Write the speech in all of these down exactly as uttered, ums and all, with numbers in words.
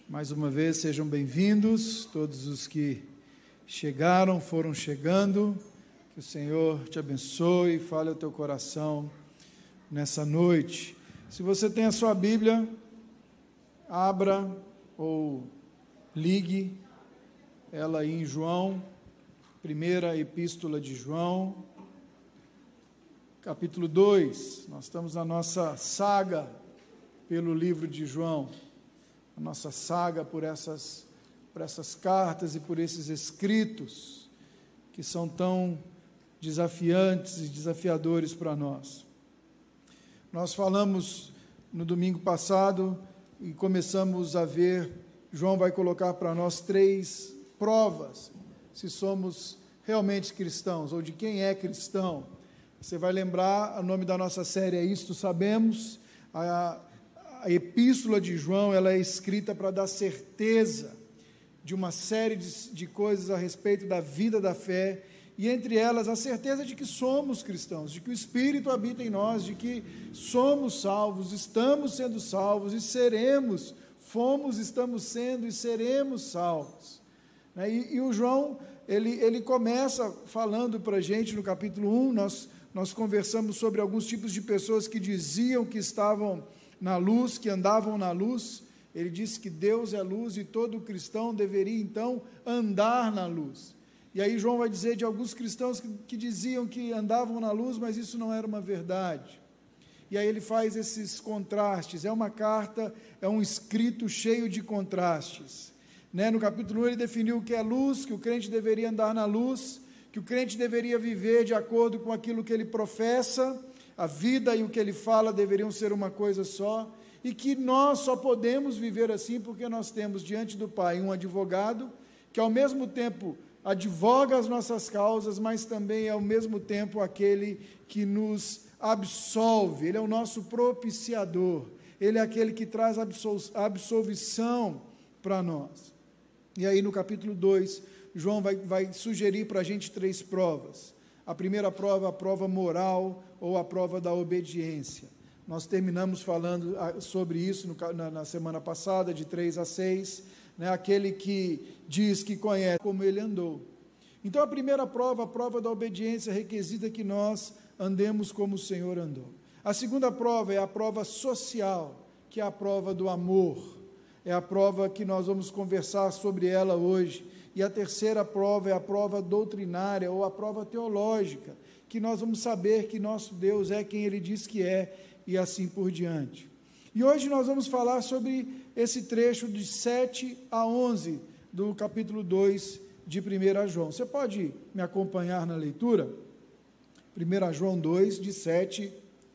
Mais uma vez, sejam bem-vindos, todos os que chegaram, foram chegando, que o Senhor te abençoe e fale ao teu coração nessa noite. Se você tem a sua Bíblia, abra ou ligue ela aí em João, primeira epístola de João, capítulo dois, nós estamos na nossa saga pelo livro de João, a nossa saga por essas, por essas cartas e por esses escritos que são tão desafiantes e desafiadores para nós. Nós falamos no domingo passado e começamos a ver, João vai colocar para nós três provas, se somos realmente cristãos, ou de quem é cristão. Você vai lembrar, o nome da nossa série é Isto Sabemos. A, a epístola de João, ela é escrita para dar certeza de uma série de, de coisas a respeito da vida da fé, e entre elas a certeza de que somos cristãos, de que o Espírito habita em nós, de que somos salvos, estamos sendo salvos e seremos, fomos, estamos sendo e seremos salvos. E, e o João, ele, ele começa falando para a gente no capítulo um, nós, nós conversamos sobre alguns tipos de pessoas que diziam que estavam na luz, que andavam na luz. Ele disse que Deus é luz e todo cristão deveria então andar na luz. E aí João vai dizer de alguns cristãos que, que diziam que andavam na luz, mas isso não era uma verdade. E aí ele faz esses contrastes, é uma carta, é um escrito cheio de contrastes. Né? No capítulo um ele definiu o que é luz, que o crente deveria andar na luz, que o crente deveria viver de acordo com aquilo que ele professa, a vida e o que ele fala deveriam ser uma coisa só, e que nós só podemos viver assim porque nós temos diante do Pai um advogado, que ao mesmo tempo advoga as nossas causas, mas também é ao mesmo tempo aquele que nos absolve, ele é o nosso propiciador, ele é aquele que traz absol- absolvição para nós. E aí no capítulo dois, João vai, vai sugerir para a gente três provas. A primeira prova, a prova moral, ou a prova da obediência. Nós terminamos falando sobre isso no, na, na semana passada, de três a seis, né, aquele que diz que conhece como ele andou. Então a primeira prova, a prova da obediência, requisita que nós andemos como o Senhor andou. A segunda prova é a prova social, que é a prova do amor, é a prova que nós vamos conversar sobre ela hoje. E a terceira prova é a prova doutrinária, ou a prova teológica, que nós vamos saber que nosso Deus é quem Ele diz que é, e assim por diante. E hoje nós vamos falar sobre esse trecho de sete a onze, do capítulo dois de primeira João. Você pode me acompanhar na leitura? primeira João dois, de sete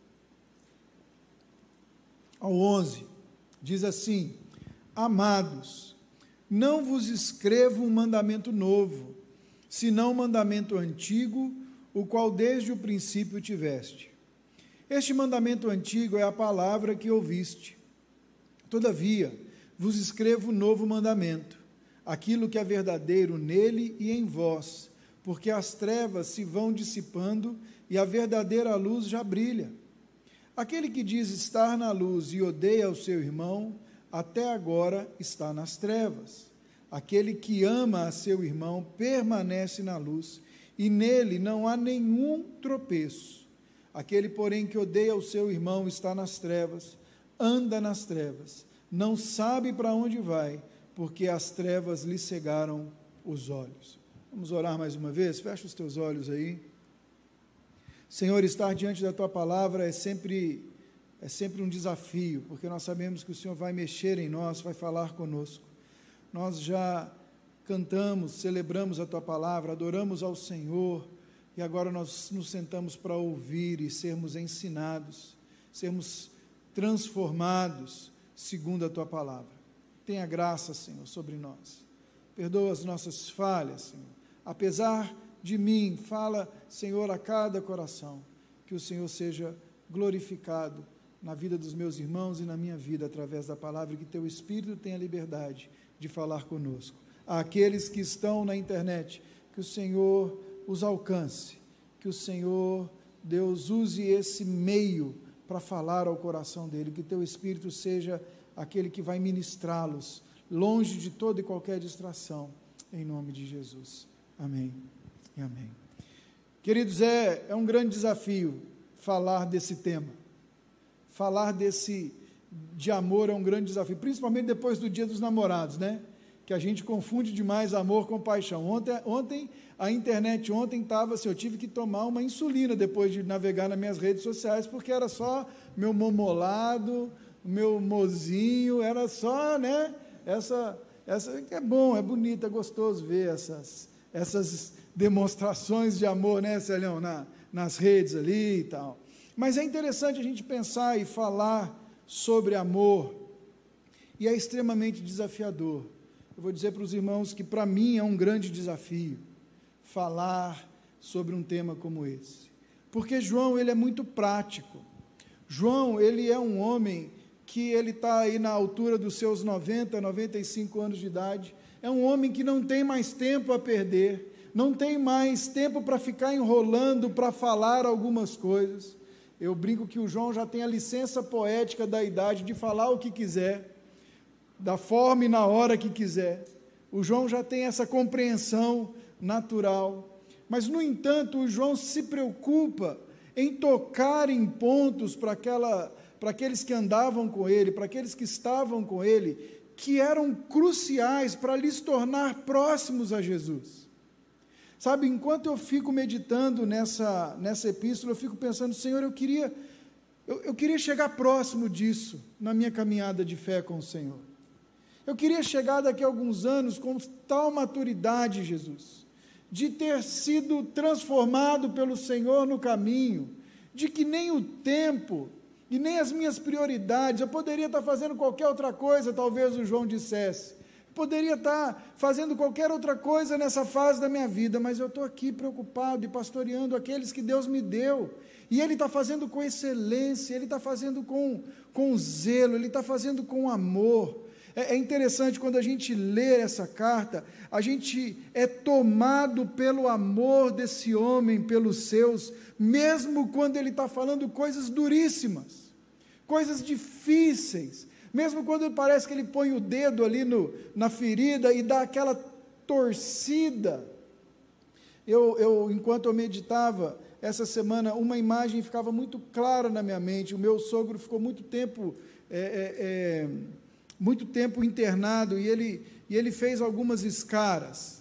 ao onze, diz assim: Amados, não vos escrevo um mandamento novo, senão um mandamento antigo, o qual desde o princípio tiveste. Este mandamento antigo é a palavra que ouviste. Todavia, vos escrevo um novo mandamento, aquilo que é verdadeiro nele e em vós, porque as trevas se vão dissipando e a verdadeira luz já brilha. Aquele que diz estar na luz e odeia o seu irmão, até agora está nas trevas. Aquele que ama a seu irmão permanece na luz, e nele não há nenhum tropeço. Aquele, porém, que odeia o seu irmão está nas trevas, anda nas trevas, não sabe para onde vai, porque as trevas lhe cegaram os olhos. Vamos orar mais uma vez? Fecha os teus olhos aí. Senhor, estar diante da Tua palavra é sempre... É sempre um desafio, porque nós sabemos que o Senhor vai mexer em nós, vai falar conosco. Nós já cantamos, celebramos a Tua palavra, adoramos ao Senhor, e agora nós nos sentamos para ouvir e sermos ensinados, sermos transformados segundo a Tua palavra. Tenha graça, Senhor, sobre nós. Perdoa as nossas falhas, Senhor. Apesar de mim, fala, Senhor, a cada coração, que o Senhor seja glorificado na vida dos meus irmãos e na minha vida, através da palavra, e que Teu Espírito tenha liberdade de falar conosco. Àqueles que estão na internet, que o Senhor os alcance, que o Senhor, Deus, use esse meio para falar ao coração dele, que Teu Espírito seja aquele que vai ministrá-los, longe de toda e qualquer distração, em nome de Jesus. Amém e amém. Queridos, é, é um grande desafio falar desse tema. Falar desse, de amor é um grande desafio, principalmente depois do Dia dos Namorados, né? Que a gente confunde demais amor com paixão. Ontem, ontem a internet ontem estava assim, eu tive que tomar uma insulina depois de navegar nas minhas redes sociais, porque era só meu momolado, meu mozinho, era só, né, essa, essa, é bom, é bonito, é gostoso ver essas, essas demonstrações de amor, né, Celhão, na, nas redes ali e tal. Mas é interessante a gente pensar e falar sobre amor, e é extremamente desafiador. Eu vou dizer para os irmãos que para mim é um grande desafio falar sobre um tema como esse, porque João, ele é muito prático. João, ele é um homem que ele está aí na altura dos seus noventa, noventa e cinco anos de idade, é um homem que não tem mais tempo a perder, não tem mais tempo para ficar enrolando para falar algumas coisas. Eu brinco que o João já tem a licença poética da idade de falar o que quiser, da forma e na hora que quiser. O João já tem essa compreensão natural, mas, no entanto, o João se preocupa em tocar em pontos para aquela, para aqueles que andavam com ele, para aqueles que estavam com ele, que eram cruciais para lhes tornar próximos a Jesus. Sabe, enquanto eu fico meditando nessa, nessa epístola, eu fico pensando, Senhor, eu queria, eu, eu queria chegar próximo disso na minha caminhada de fé com o Senhor. Eu queria chegar daqui a alguns anos com tal maturidade, Jesus, de ter sido transformado pelo Senhor no caminho, de que nem o tempo e nem as minhas prioridades, eu poderia estar fazendo qualquer outra coisa, talvez o João dissesse, poderia estar fazendo qualquer outra coisa nessa fase da minha vida, mas eu estou aqui preocupado e pastoreando aqueles que Deus me deu, e Ele está fazendo com excelência, Ele está fazendo com, com zelo, Ele está fazendo com amor. É interessante quando a gente lê essa carta, a gente é tomado pelo amor desse homem, pelos seus, mesmo quando ele está falando coisas duríssimas, coisas difíceis, mesmo quando parece que ele põe o dedo ali no, na ferida e dá aquela torcida. Eu, eu, enquanto eu meditava essa semana, uma imagem ficava muito clara na minha mente. O meu sogro ficou muito tempo... É, é, é, muito tempo internado, e ele, e ele fez algumas escaras.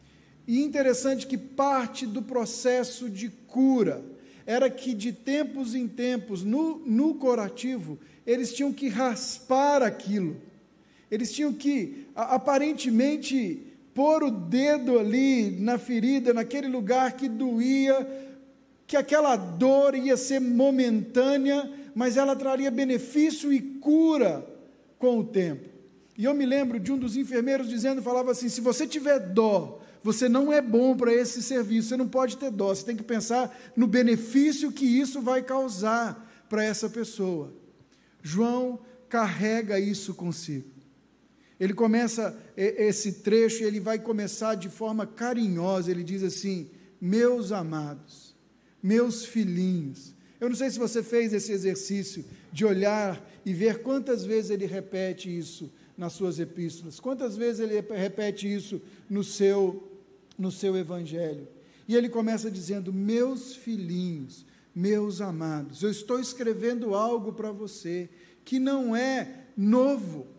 E interessante que parte do processo de cura era que, de tempos em tempos, no, no curativo, eles tinham que raspar aquilo, eles tinham que, aparentemente, pôr o dedo ali na ferida, naquele lugar que doía, que aquela dor ia ser momentânea, mas ela traria benefício e cura com o tempo. E eu me lembro de um dos enfermeiros dizendo, falava assim, se você tiver dó, você não é bom para esse serviço, você não pode ter dó, você tem que pensar no benefício que isso vai causar para essa pessoa. João carrega isso consigo. Ele começa esse trecho, ele vai começar de forma carinhosa, ele diz assim, meus amados, meus filhinhos. Eu não sei se você fez esse exercício de olhar e ver quantas vezes ele repete isso nas suas epístolas, quantas vezes ele repete isso no seu, no seu evangelho. E ele começa dizendo, meus filhinhos, meus amados, eu estou escrevendo algo para você que não é novo,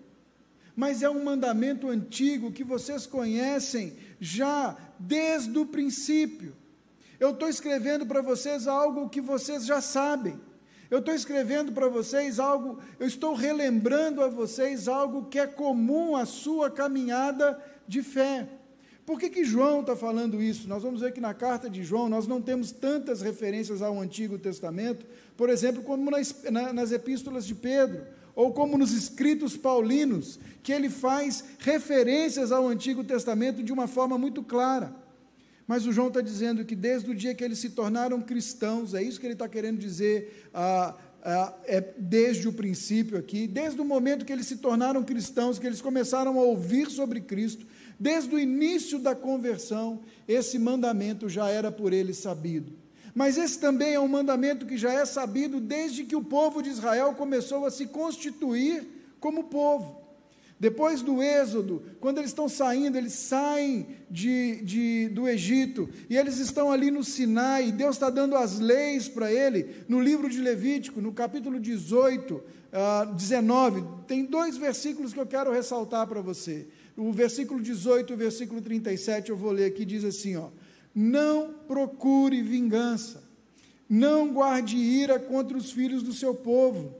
mas é um mandamento antigo que vocês conhecem já desde o princípio. Eu estou escrevendo para vocês algo que vocês já sabem. Eu estou escrevendo para vocês algo, eu estou relembrando a vocês algo que é comum à sua caminhada de fé. Por que que João está falando isso? Nós vamos ver que na carta de João nós não temos tantas referências ao Antigo Testamento, por exemplo, como nas, na, nas epístolas de Pedro, ou como nos escritos paulinos, que ele faz referências ao Antigo Testamento de uma forma muito clara. Mas o João está dizendo que desde o dia que eles se tornaram cristãos, é isso que ele está querendo dizer, ah, ah, é desde o princípio aqui, desde o momento que eles se tornaram cristãos, que eles começaram a ouvir sobre Cristo, desde o início da conversão, esse mandamento já era por eles sabido. Mas esse também é um mandamento que já é sabido desde que o povo de Israel começou a se constituir como povo. Depois do Êxodo, quando eles estão saindo, eles saem de, de, do Egito, e eles estão ali no Sinai, e Deus está dando as leis para ele, no livro de Levítico, no capítulo dezoito, uh, dezenove, tem dois versículos que eu quero ressaltar para você. O versículo dezoito e o versículo trinta e sete, eu vou ler aqui, diz assim, ó, não procure vingança, não guarde ira contra os filhos do seu povo,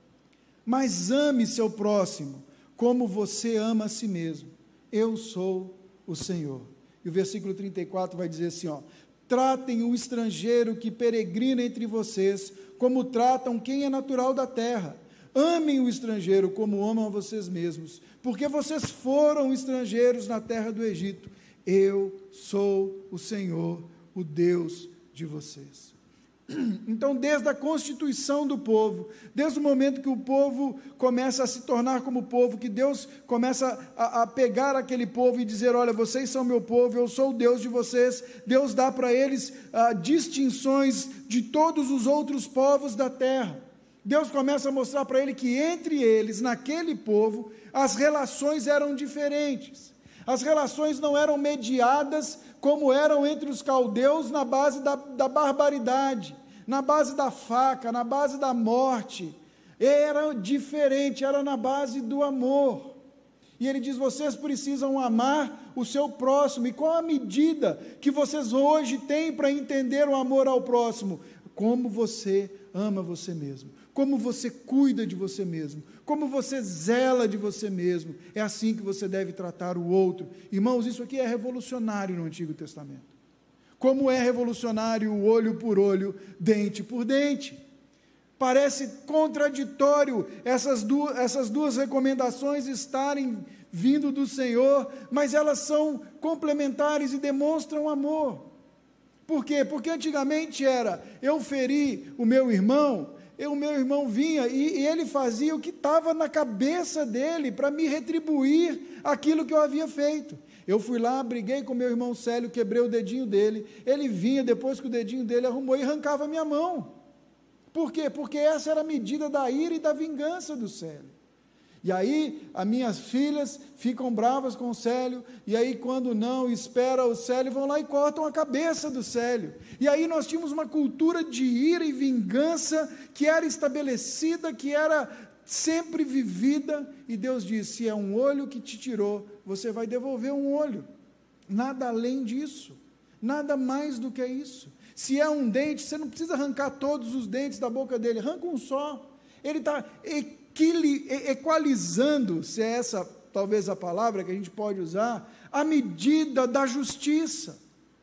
mas ame seu próximo, como você ama a si mesmo. Eu sou o Senhor. E o versículo trinta e quatro vai dizer assim, ó, tratem o estrangeiro que peregrina entre vocês, como tratam quem é natural da terra. Amem o estrangeiro como amam a vocês mesmos, porque vocês foram estrangeiros na terra do Egito. Eu sou o Senhor, o Deus de vocês. Então, desde a constituição do povo, desde o momento que o povo começa a se tornar como povo, que Deus começa a, a pegar aquele povo e dizer, olha, vocês são meu povo, eu sou o Deus de vocês, Deus dá para eles ah, distinções de todos os outros povos da terra. Deus começa a mostrar para ele que entre eles, naquele povo, as relações eram diferentes. As relações não eram mediadas como eram entre os caldeus na base da, da barbaridade, na base da faca, na base da morte. Era diferente, era na base do amor. E ele diz, vocês precisam amar o seu próximo. E qual a medida que vocês hoje têm para entender o amor ao próximo? Como você ama você mesmo, como você cuida de você mesmo, como você zela de você mesmo. É assim que você deve tratar o outro. Irmãos, isso aqui é revolucionário no Antigo Testamento. Como é revolucionário o olho por olho, dente por dente. Parece contraditório essas duas, essas duas recomendações estarem vindo do Senhor, mas elas são complementares e demonstram amor. Por quê? Porque antigamente era, eu feri o meu irmão, eu, o meu irmão vinha e, e ele fazia o que estava na cabeça dele para me retribuir aquilo que eu havia feito. Eu fui lá, briguei com meu irmão Célio, quebrei o dedinho dele, ele vinha depois que o dedinho dele arrumou e arrancava a minha mão. Por quê? Porque essa era a medida da ira e da vingança do Célio. E aí, as minhas filhas ficam bravas com o Célio, e aí, quando não espera o Célio, vão lá e cortam a cabeça do Célio. E aí, nós tínhamos uma cultura de ira e vingança que era estabelecida, que era sempre vivida, e Deus disse, se é um olho que te tirou, você vai devolver um olho. Nada além disso, nada mais do que isso. Se é um dente, você não precisa arrancar todos os dentes da boca dele, arranca um só. Ele está equalizando, se é essa talvez a palavra que a gente pode usar, a medida da justiça.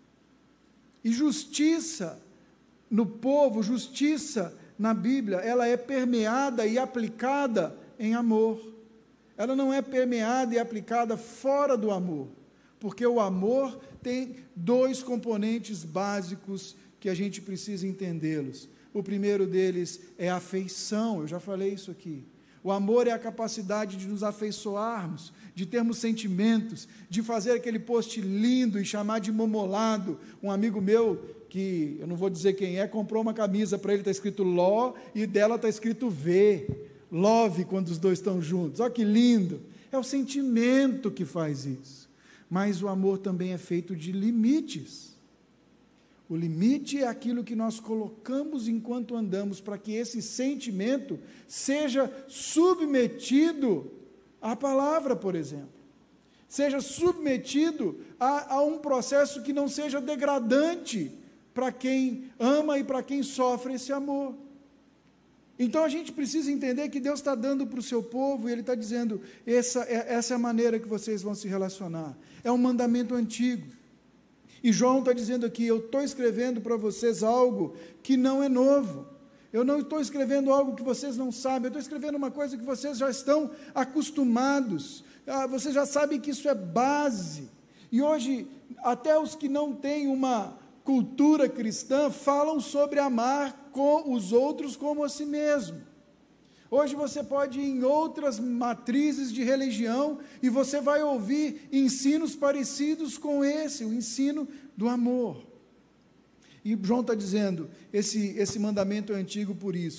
E justiça no povo, justiça na Bíblia, ela é permeada e aplicada em amor. Ela não é permeada e aplicada fora do amor, porque o amor tem dois componentes básicos que a gente precisa entendê-los. O primeiro deles é a afeição, eu já falei isso aqui. O amor é a capacidade de nos afeiçoarmos, de termos sentimentos, de fazer aquele post lindo e chamar de momolado. Um amigo meu, que eu não vou dizer quem é, comprou uma camisa para ele, está escrito Ló, e dela está escrito V, love, quando os dois estão juntos. Olha que lindo! É o sentimento que faz isso. Mas o amor também é feito de limites. O limite é aquilo que nós colocamos enquanto andamos, para que esse sentimento seja submetido à palavra, por exemplo. Seja submetido a, a um processo que não seja degradante para quem ama e para quem sofre esse amor. Então a gente precisa entender que Deus está dando para o seu povo, e Ele está dizendo, essa é, essa é a maneira que vocês vão se relacionar. É um mandamento antigo. E João está dizendo aqui, eu estou escrevendo para vocês algo que não é novo. Eu não estou escrevendo algo que vocês não sabem, eu estou escrevendo uma coisa que vocês já estão acostumados. Ah, vocês já sabem que isso é base. E hoje, até os que não têm uma cultura cristã falam sobre amar com os outros como a si mesmo. Hoje você pode ir em outras matrizes de religião e você vai ouvir ensinos parecidos com esse, o ensino do amor. E João está dizendo, esse, esse mandamento é antigo por isso,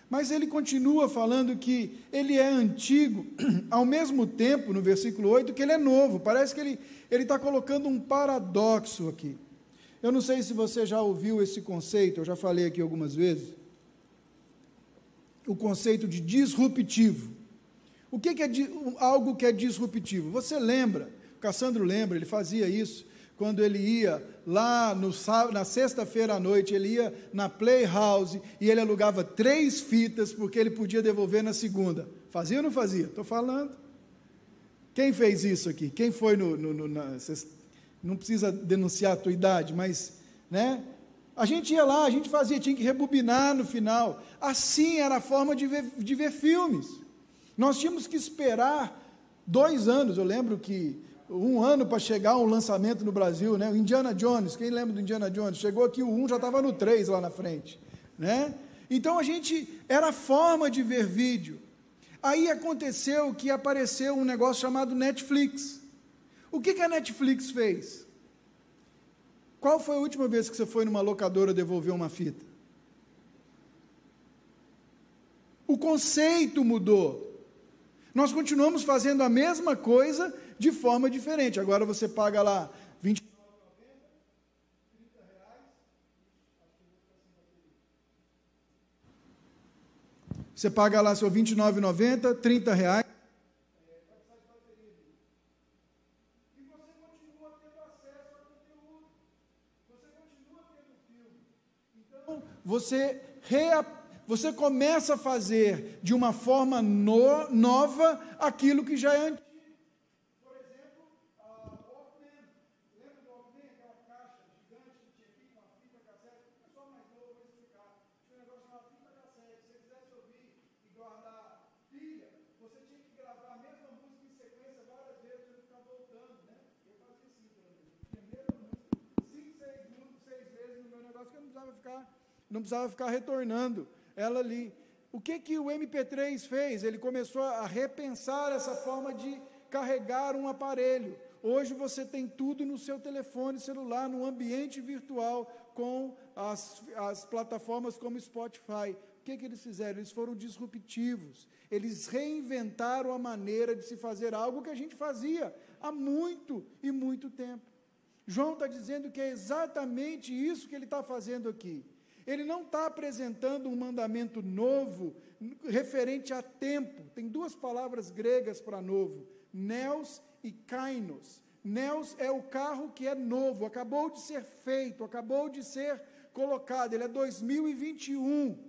Mas ele continua falando que ele é antigo, ao mesmo tempo, no versículo oito, que ele é novo. Parece que ele ele está colocando um paradoxo aqui. Eu não sei se você já ouviu esse conceito, eu já falei aqui algumas vezes, o conceito de disruptivo. O que, que é di, algo que é disruptivo? Você lembra, o Cassandro lembra, ele fazia isso, quando ele ia lá no, na sexta-feira à noite, ele ia na Playhouse e ele alugava três fitas, porque ele podia devolver na segunda. Fazia ou não fazia? Estou falando. Quem fez isso aqui? Quem foi no... no, no na, cês, não precisa denunciar a tua idade, mas, né? A gente ia lá, a gente fazia, tinha que rebobinar no final. Assim era a forma de ver, de ver filmes. Nós tínhamos que esperar dois anos, eu lembro que um ano para chegar um lançamento no Brasil, né? O Indiana Jones, quem lembra do Indiana Jones? Chegou aqui o um, já estava no três lá na frente, né? Então a gente, era a forma de ver vídeo. Aí aconteceu que apareceu um negócio chamado Netflix. O que, que a Netflix fez? Qual foi a última vez que você foi numa locadora devolver uma fita? O conceito mudou. Nós continuamos fazendo a mesma coisa de forma diferente. Agora você paga lá vinte e nove reais e noventa centavos, trinta reais. Você paga lá seu vinte e nove reais e noventa centavos, trinta reais. E você continua tendo acesso ao conteúdo. Você continua tendo filme. Então, você reaprende. Você começa a fazer de uma forma no, nova aquilo que já é antigo. Por exemplo, o Walkman. Lembra do Walkman? Aquela caixa gigante que tinha aqui com a fita cassete. O pessoal mais novo vai explicar. Tinha um negócio chamado fita cassete. Se você quisesse ouvir e guardar pilha, você tinha que gravar a mesma música em sequência várias vezes e ficar voltando, né? Eu fazia assim, pelo menos. Tinha a mesma música, cinco, seis minutos, seis vezes no meu negócio, que eu não precisava ficar, não precisava ficar retornando ela ali. O que que o M P três fez? Ele começou a repensar essa forma de carregar um aparelho. Hoje você tem tudo no seu telefone celular, no ambiente virtual, com as, as plataformas como Spotify. O que que eles fizeram? Eles foram disruptivos. Eles reinventaram a maneira de se fazer algo que a gente fazia há muito e muito tempo. João está dizendo que é exatamente isso que ele está fazendo aqui. Ele não está apresentando um mandamento novo, referente a tempo. Tem duas palavras gregas para novo, neos e kainos. Neos é o carro que é novo, acabou de ser feito, acabou de ser colocado, ele é dois mil e vinte e um.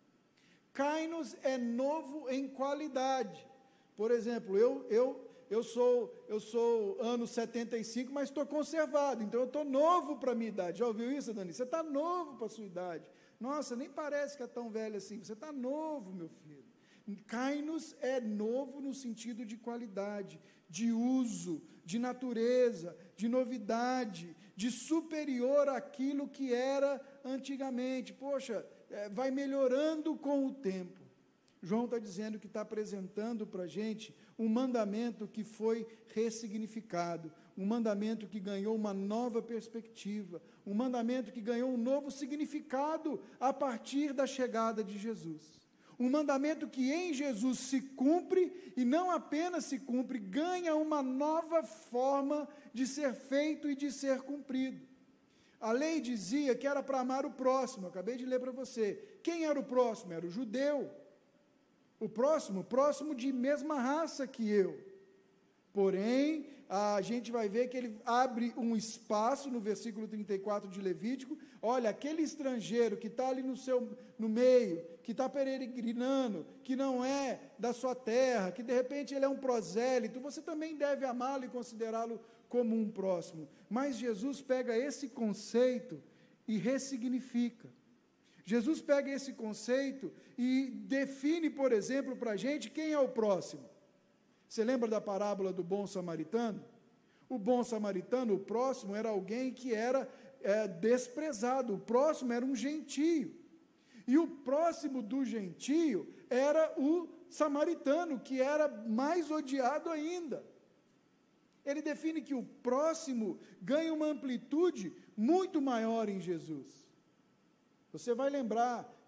Kainos é novo em qualidade. Por exemplo, eu, eu, eu, sou, eu sou ano setenta e cinco, mas estou conservado, então eu estou novo para a minha idade. Já ouviu isso, Dani? Você está novo para a sua idade. Nossa, nem parece que é tão velho assim. Você está novo, meu filho. Kainos é novo no sentido de qualidade, de uso, de natureza, de novidade, de superior àquilo que era antigamente. Poxa, é, vai melhorando com o tempo. João está dizendo que está apresentando para a gente um mandamento que foi ressignificado, um mandamento que ganhou uma nova perspectiva, um mandamento que ganhou um novo significado a partir da chegada de Jesus. Um mandamento que em Jesus se cumpre, e não apenas se cumpre, ganha uma nova forma de ser feito e de ser cumprido. A lei dizia que era para amar o próximo, eu acabei de ler para você. Quem era o próximo? Era o judeu. O próximo, próximo de mesma raça que eu. Porém, a gente vai ver que ele abre um espaço no versículo trinta e quatro de Levítico. Olha, aquele estrangeiro que está ali no, seu, no meio, que está peregrinando, que não é da sua terra, que de repente ele é um prosélito, você também deve amá-lo e considerá-lo como um próximo. Mas Jesus pega esse conceito e ressignifica. Jesus pega esse conceito e define, por exemplo, para a gente quem é o próximo. Você lembra da parábola do bom samaritano? O bom samaritano, o próximo, era alguém que era é, desprezado. O próximo era um gentio. E o próximo do gentio era o samaritano, que era mais odiado ainda. Ele define que o próximo ganha uma amplitude muito maior em Jesus. Você vai lembrar,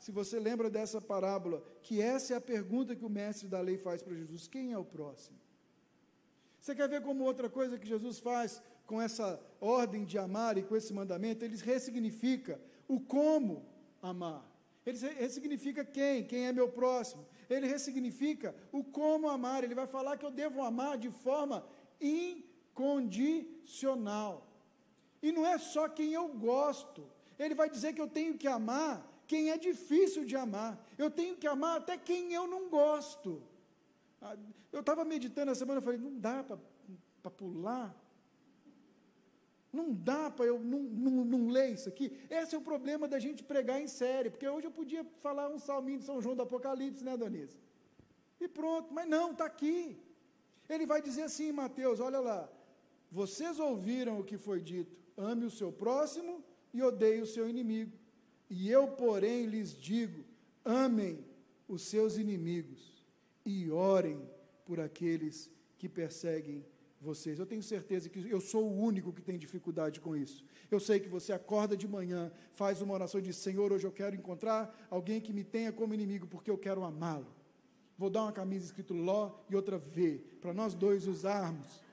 se você lembra dessa parábola, que essa é a pergunta que o mestre da lei faz para Jesus: quem é o próximo? Você quer ver como outra coisa que Jesus faz com essa ordem de amar e com esse mandamento? Ele ressignifica o como amar. Ele ressignifica quem, quem é meu próximo. Ele ressignifica o como amar. Ele vai falar que eu devo amar de forma incondicional. E não é só quem eu gosto. Ele vai dizer que eu tenho que amar quem é difícil de amar. Eu tenho que amar até quem eu não gosto. Eu estava meditando essa semana, eu falei, não dá para pular. Não dá para eu não, não, não ler isso aqui. Esse é o problema da gente pregar em série, porque hoje eu podia falar um salminho de São João do Apocalipse, né, Donise? E pronto, mas não, está aqui. Ele vai dizer assim em Mateus, olha lá, vocês ouviram o que foi dito, ame o seu próximo e odeie o seu inimigo. E eu, porém, lhes digo, amem os seus inimigos e orem por aqueles que perseguem vocês. Eu tenho certeza que eu sou o único que tem dificuldade com isso. Eu sei que você acorda de manhã, faz uma oração e diz, Senhor, hoje eu quero encontrar alguém que me tenha como inimigo, porque eu quero amá-lo. Vou dar uma camisa escrito Ló e outra V, para nós dois usarmos.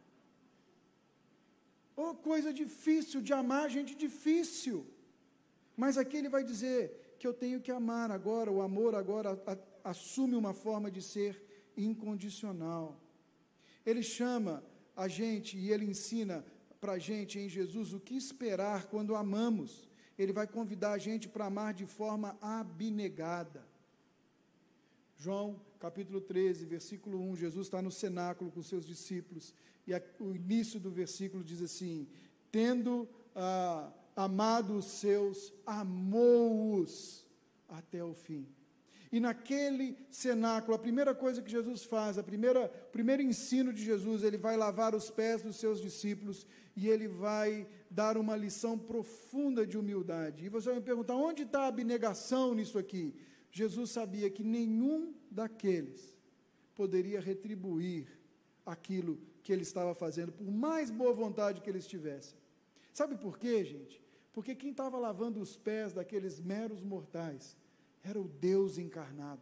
Oh, coisa difícil de amar, gente difícil. Mas aqui ele vai dizer que eu tenho que amar agora, o amor agora a, a, assume uma forma de ser incondicional. Ele chama a gente e ele ensina para a gente em Jesus o que esperar quando amamos. Ele vai convidar a gente para amar de forma abnegada. João, capítulo treze, versículo um, Jesus está no cenáculo com seus discípulos, e a, o início do versículo diz assim, tendo ah, amado os seus, amou-os até o fim. E naquele cenáculo, a primeira coisa que Jesus faz, a primeira, o primeiro ensino de Jesus, ele vai lavar os pés dos seus discípulos e ele vai dar uma lição profunda de humildade. E você vai me perguntar, onde está a abnegação nisso aqui? Jesus sabia que nenhum daqueles poderia retribuir aquilo que ele estava fazendo, por mais boa vontade que eles tivessem. Sabe por quê, gente? Porque quem estava lavando os pés daqueles meros mortais era o Deus encarnado.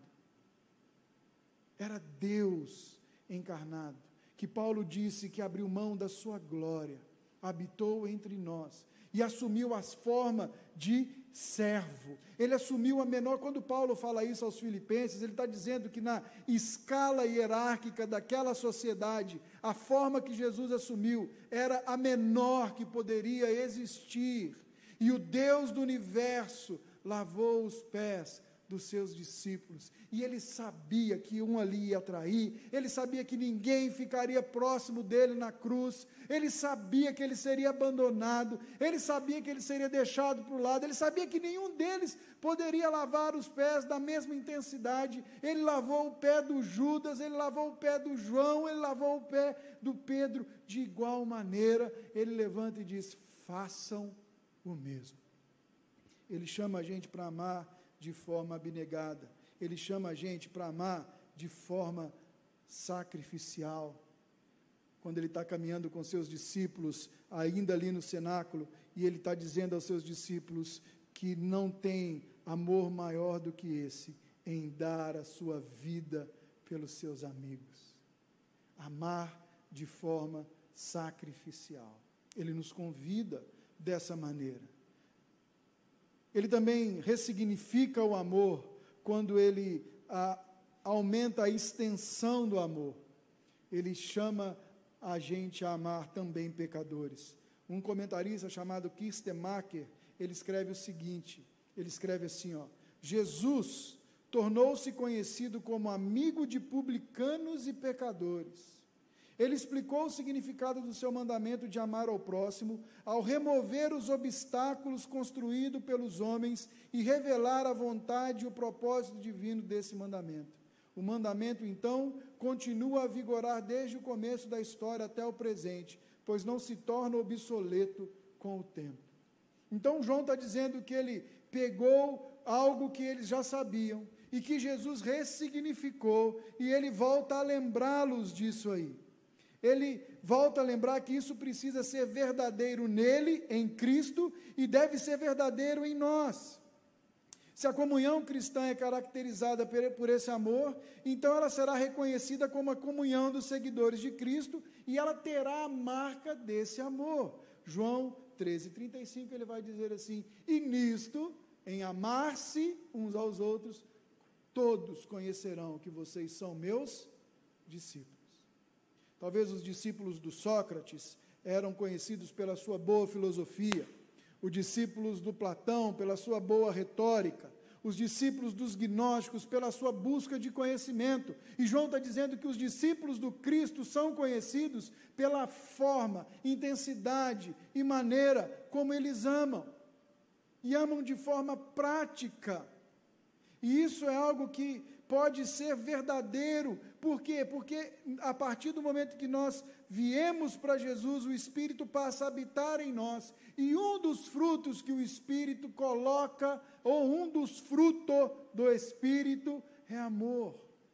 Era Deus encarnado, que Paulo disse que abriu mão da sua glória, habitou entre nós e assumiu a forma de servo. Ele assumiu a menor, quando Paulo fala isso aos filipenses, ele está dizendo que na escala hierárquica daquela sociedade, a forma que Jesus assumiu era a menor que poderia existir. E o Deus do universo lavou os pés dos seus discípulos, e ele sabia que um ali ia trair, ele sabia que ninguém ficaria próximo dele na cruz, ele sabia que ele seria abandonado, ele sabia que ele seria deixado para o lado, ele sabia que nenhum deles poderia lavar os pés da mesma intensidade. Ele lavou o pé do Judas, ele lavou o pé do João, ele lavou o pé do Pedro, de igual maneira. Ele levanta e diz, façam o mesmo. Ele chama a gente para amar de forma abnegada. Ele chama a gente para amar de forma sacrificial. Quando ele está caminhando com seus discípulos, ainda ali no cenáculo, e ele está dizendo aos seus discípulos que não tem amor maior do que esse, em dar a sua vida pelos seus amigos. Amar de forma sacrificial. Ele nos convida dessa maneira. Ele também ressignifica o amor quando ele a, aumenta a extensão do amor. Ele chama a gente a amar também pecadores. Um comentarista chamado Kistemacher, ele escreve o seguinte, ele escreve assim, ó, Jesus tornou-se conhecido como amigo de publicanos e pecadores. Ele explicou o significado do seu mandamento de amar ao próximo, ao remover os obstáculos construídos pelos homens e revelar a vontade e o propósito divino desse mandamento. O mandamento, então, continua a vigorar desde o começo da história até o presente, pois não se torna obsoleto com o tempo. Então, João está dizendo que ele pegou algo que eles já sabiam e que Jesus ressignificou, e ele volta a lembrá-los disso aí. Ele volta a lembrar que isso precisa ser verdadeiro nele, em Cristo, e deve ser verdadeiro em nós. Se a comunhão cristã é caracterizada por esse amor, então ela será reconhecida como a comunhão dos seguidores de Cristo e ela terá a marca desse amor. João treze, trinta e cinco, ele vai dizer assim: e nisto, em amar-se uns aos outros, todos conhecerão que vocês são meus discípulos. Talvez os discípulos do Sócrates eram conhecidos pela sua boa filosofia, os discípulos do Platão pela sua boa retórica, os discípulos dos gnósticos pela sua busca de conhecimento. E João está dizendo que os discípulos do Cristo são conhecidos pela forma, intensidade e maneira como eles amam. E amam de forma prática. E isso é algo que pode ser verdadeiro. Por quê? Porque a partir do momento que nós viemos para Jesus, o Espírito passa a habitar em nós. E um dos frutos que o Espírito coloca, ou um dos frutos do Espírito, é amor.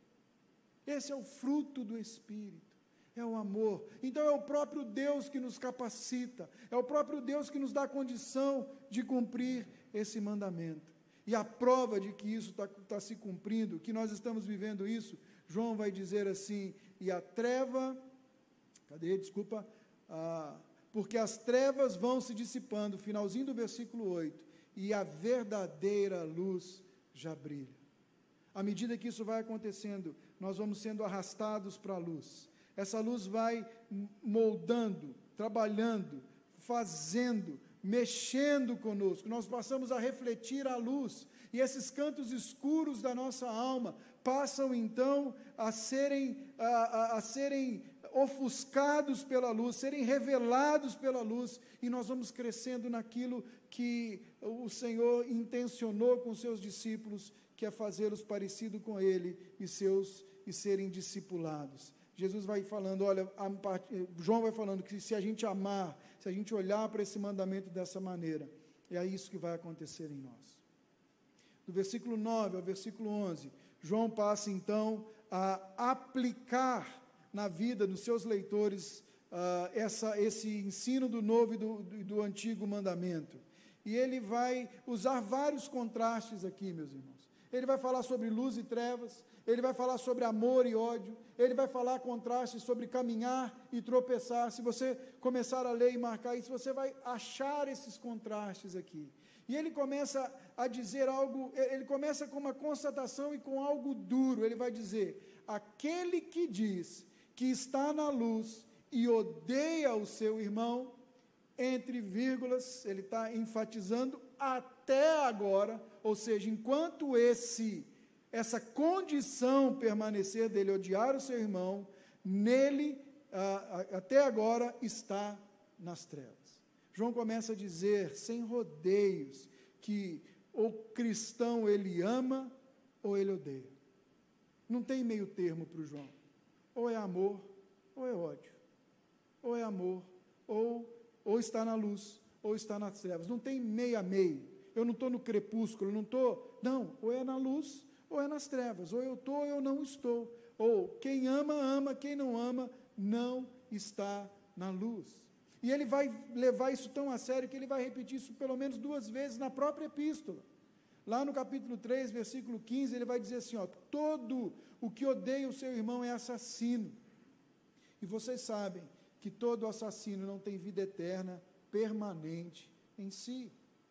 Esse é o fruto do Espírito, é o amor. Então é o próprio Deus que nos capacita, é o próprio Deus que nos dá condição de cumprir esse mandamento. E a prova de que isso está tá se cumprindo, que nós estamos vivendo isso, João vai dizer assim: e a treva, cadê, desculpa, ah, porque as trevas vão se dissipando, finalzinho do versículo oito, e a verdadeira luz já brilha. À medida que isso vai acontecendo, nós vamos sendo arrastados para a luz. Essa luz vai moldando, trabalhando, fazendo, mexendo conosco, nós passamos a refletir a luz, e esses cantos escuros da nossa alma passam então a serem, a, a, a serem ofuscados pela luz, serem revelados pela luz, e nós vamos crescendo naquilo que o Senhor intencionou com seus discípulos, que é fazê-los parecido com Ele e, seus, e serem discipulados. Jesus vai falando, olha, a, João vai falando que se a gente amar, se a gente olhar para esse mandamento dessa maneira, é isso que vai acontecer em nós. Do versículo nove ao versículo onze, João passa então a aplicar na vida dos seus leitores uh, essa, esse ensino do novo e do, do, do antigo mandamento. E ele vai usar vários contrastes aqui, meus irmãos. Ele vai falar sobre luz e trevas, ele vai falar sobre amor e ódio, ele vai falar contrastes sobre caminhar e tropeçar. Se você começar a ler e marcar isso, você vai achar esses contrastes aqui. E ele começa a dizer algo, ele começa com uma constatação e com algo duro. Ele vai dizer: aquele que diz que está na luz e odeia o seu irmão, entre vírgulas, ele está enfatizando até agora, ou seja, enquanto esse, essa condição permanecer dele odiar o seu irmão, nele, ah, até agora, está nas trevas. João começa a dizer, sem rodeios, que o cristão ele ama ou ele odeia. Não tem meio termo para o João. Ou é amor, ou é ódio. Ou é amor, ou ou está na luz, ou está nas trevas. Não tem meio a meio. Eu não estou no crepúsculo, não estou... Não, ou é na luz, ou é nas trevas. Ou eu estou, ou eu não estou. Ou quem ama, ama. Quem não ama, não está na luz. E ele vai levar isso tão a sério que ele vai repetir isso pelo menos duas vezes na própria epístola. Lá no capítulo três, versículo quinze, ele vai dizer assim, ó, todo o que odeia o seu irmão é assassino. E vocês sabem que todo assassino não tem vida eterna, permanente em si.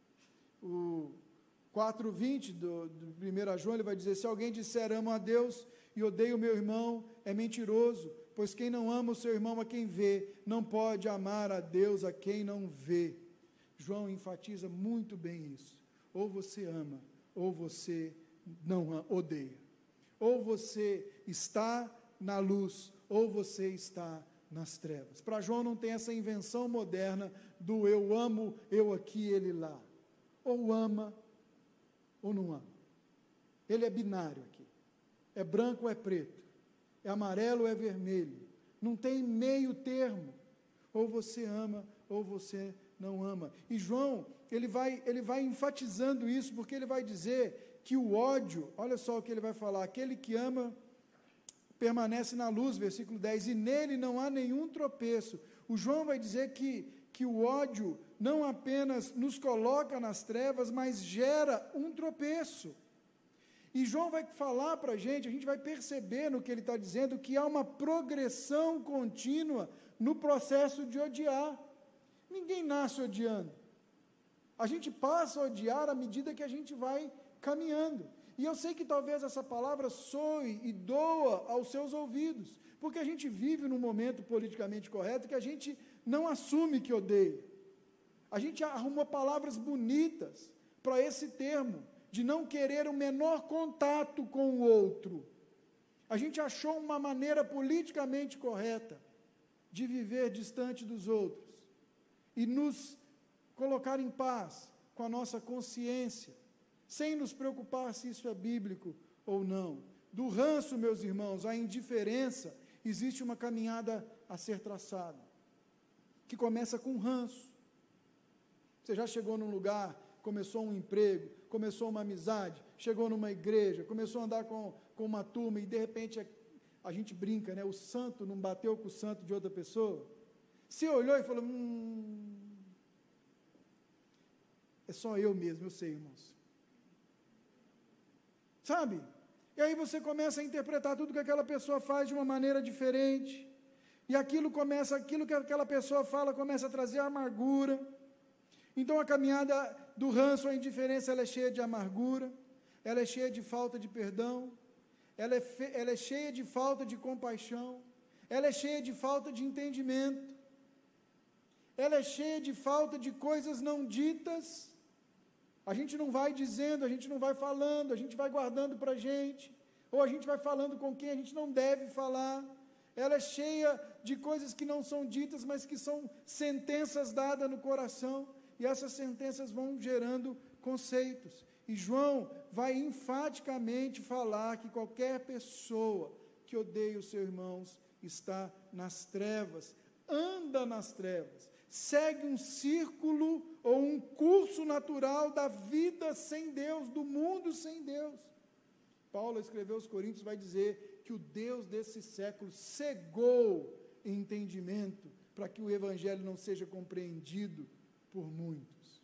O quatro, vinte do, do primeiro João, ele vai dizer, se alguém disser amo a Deus e odeia o meu irmão, é mentiroso, pois quem não ama o seu irmão a quem vê, não pode amar a Deus a quem não vê. João enfatiza muito bem isso. Ou você ama, ou você não odeia. Ou você está na luz, ou você está nas trevas. Para João não tem essa invenção moderna do eu amo, eu aqui, ele lá. Ou ama, ou não ama. Ele é binário aqui. É branco ou é preto. É amarelo ou é vermelho. Não tem meio termo. Ou você ama, ou você não ama. E João, ele vai, ele vai enfatizando isso, porque ele vai dizer que o ódio, olha só o que ele vai falar, aquele que ama permanece na luz, versículo dez, e nele não há nenhum tropeço. O João vai dizer que, que o ódio não apenas nos coloca nas trevas, mas gera um tropeço. E João vai falar para a gente, a gente vai perceber no que ele está dizendo, que há uma progressão contínua no processo de odiar. Ninguém nasce odiando. A gente passa a odiar à medida que a gente vai caminhando. E eu sei que talvez essa palavra soe e doa aos seus ouvidos, porque a gente vive num momento politicamente correto que a gente não assume que odeia. A gente arrumou palavras bonitas para esse termo, de não querer o menor contato com o outro. A gente achou uma maneira politicamente correta de viver distante dos outros e nos colocar em paz com a nossa consciência, sem nos preocupar se isso é bíblico ou não. Do ranço, meus irmãos, à indiferença, existe uma caminhada a ser traçada, que começa com ranço. Você já chegou num lugar, começou um emprego, começou uma amizade, chegou numa igreja, começou a andar com, com uma turma e de repente a, a gente brinca, né? O santo não bateu com o santo de outra pessoa. Você olhou e falou, hum, é só eu mesmo, eu sei, irmãos. Sabe? E aí você começa a interpretar tudo que aquela pessoa faz de uma maneira diferente, e aquilo começa, aquilo que aquela pessoa fala começa a trazer amargura. Então a caminhada do ranço à indiferença, ela é cheia de amargura, ela é cheia de falta de perdão, ela é, fe, ela é cheia de falta de compaixão, ela é cheia de falta de entendimento, ela é cheia de falta de coisas não ditas. A gente não vai dizendo, a gente não vai falando, a gente vai guardando para a gente, ou a gente vai falando com quem a gente não deve falar. Ela é cheia de coisas que não são ditas, mas que são sentenças dadas no coração, e essas sentenças vão gerando conceitos. E João vai enfaticamente falar que qualquer pessoa que odeia os seus irmãos está nas trevas, anda nas trevas, segue um círculo ou um curso natural da vida sem Deus, do mundo sem Deus. Paulo escreveu aos Coríntios, vai dizer que o Deus desse século cegou em entendimento para que o evangelho não seja compreendido por muitos.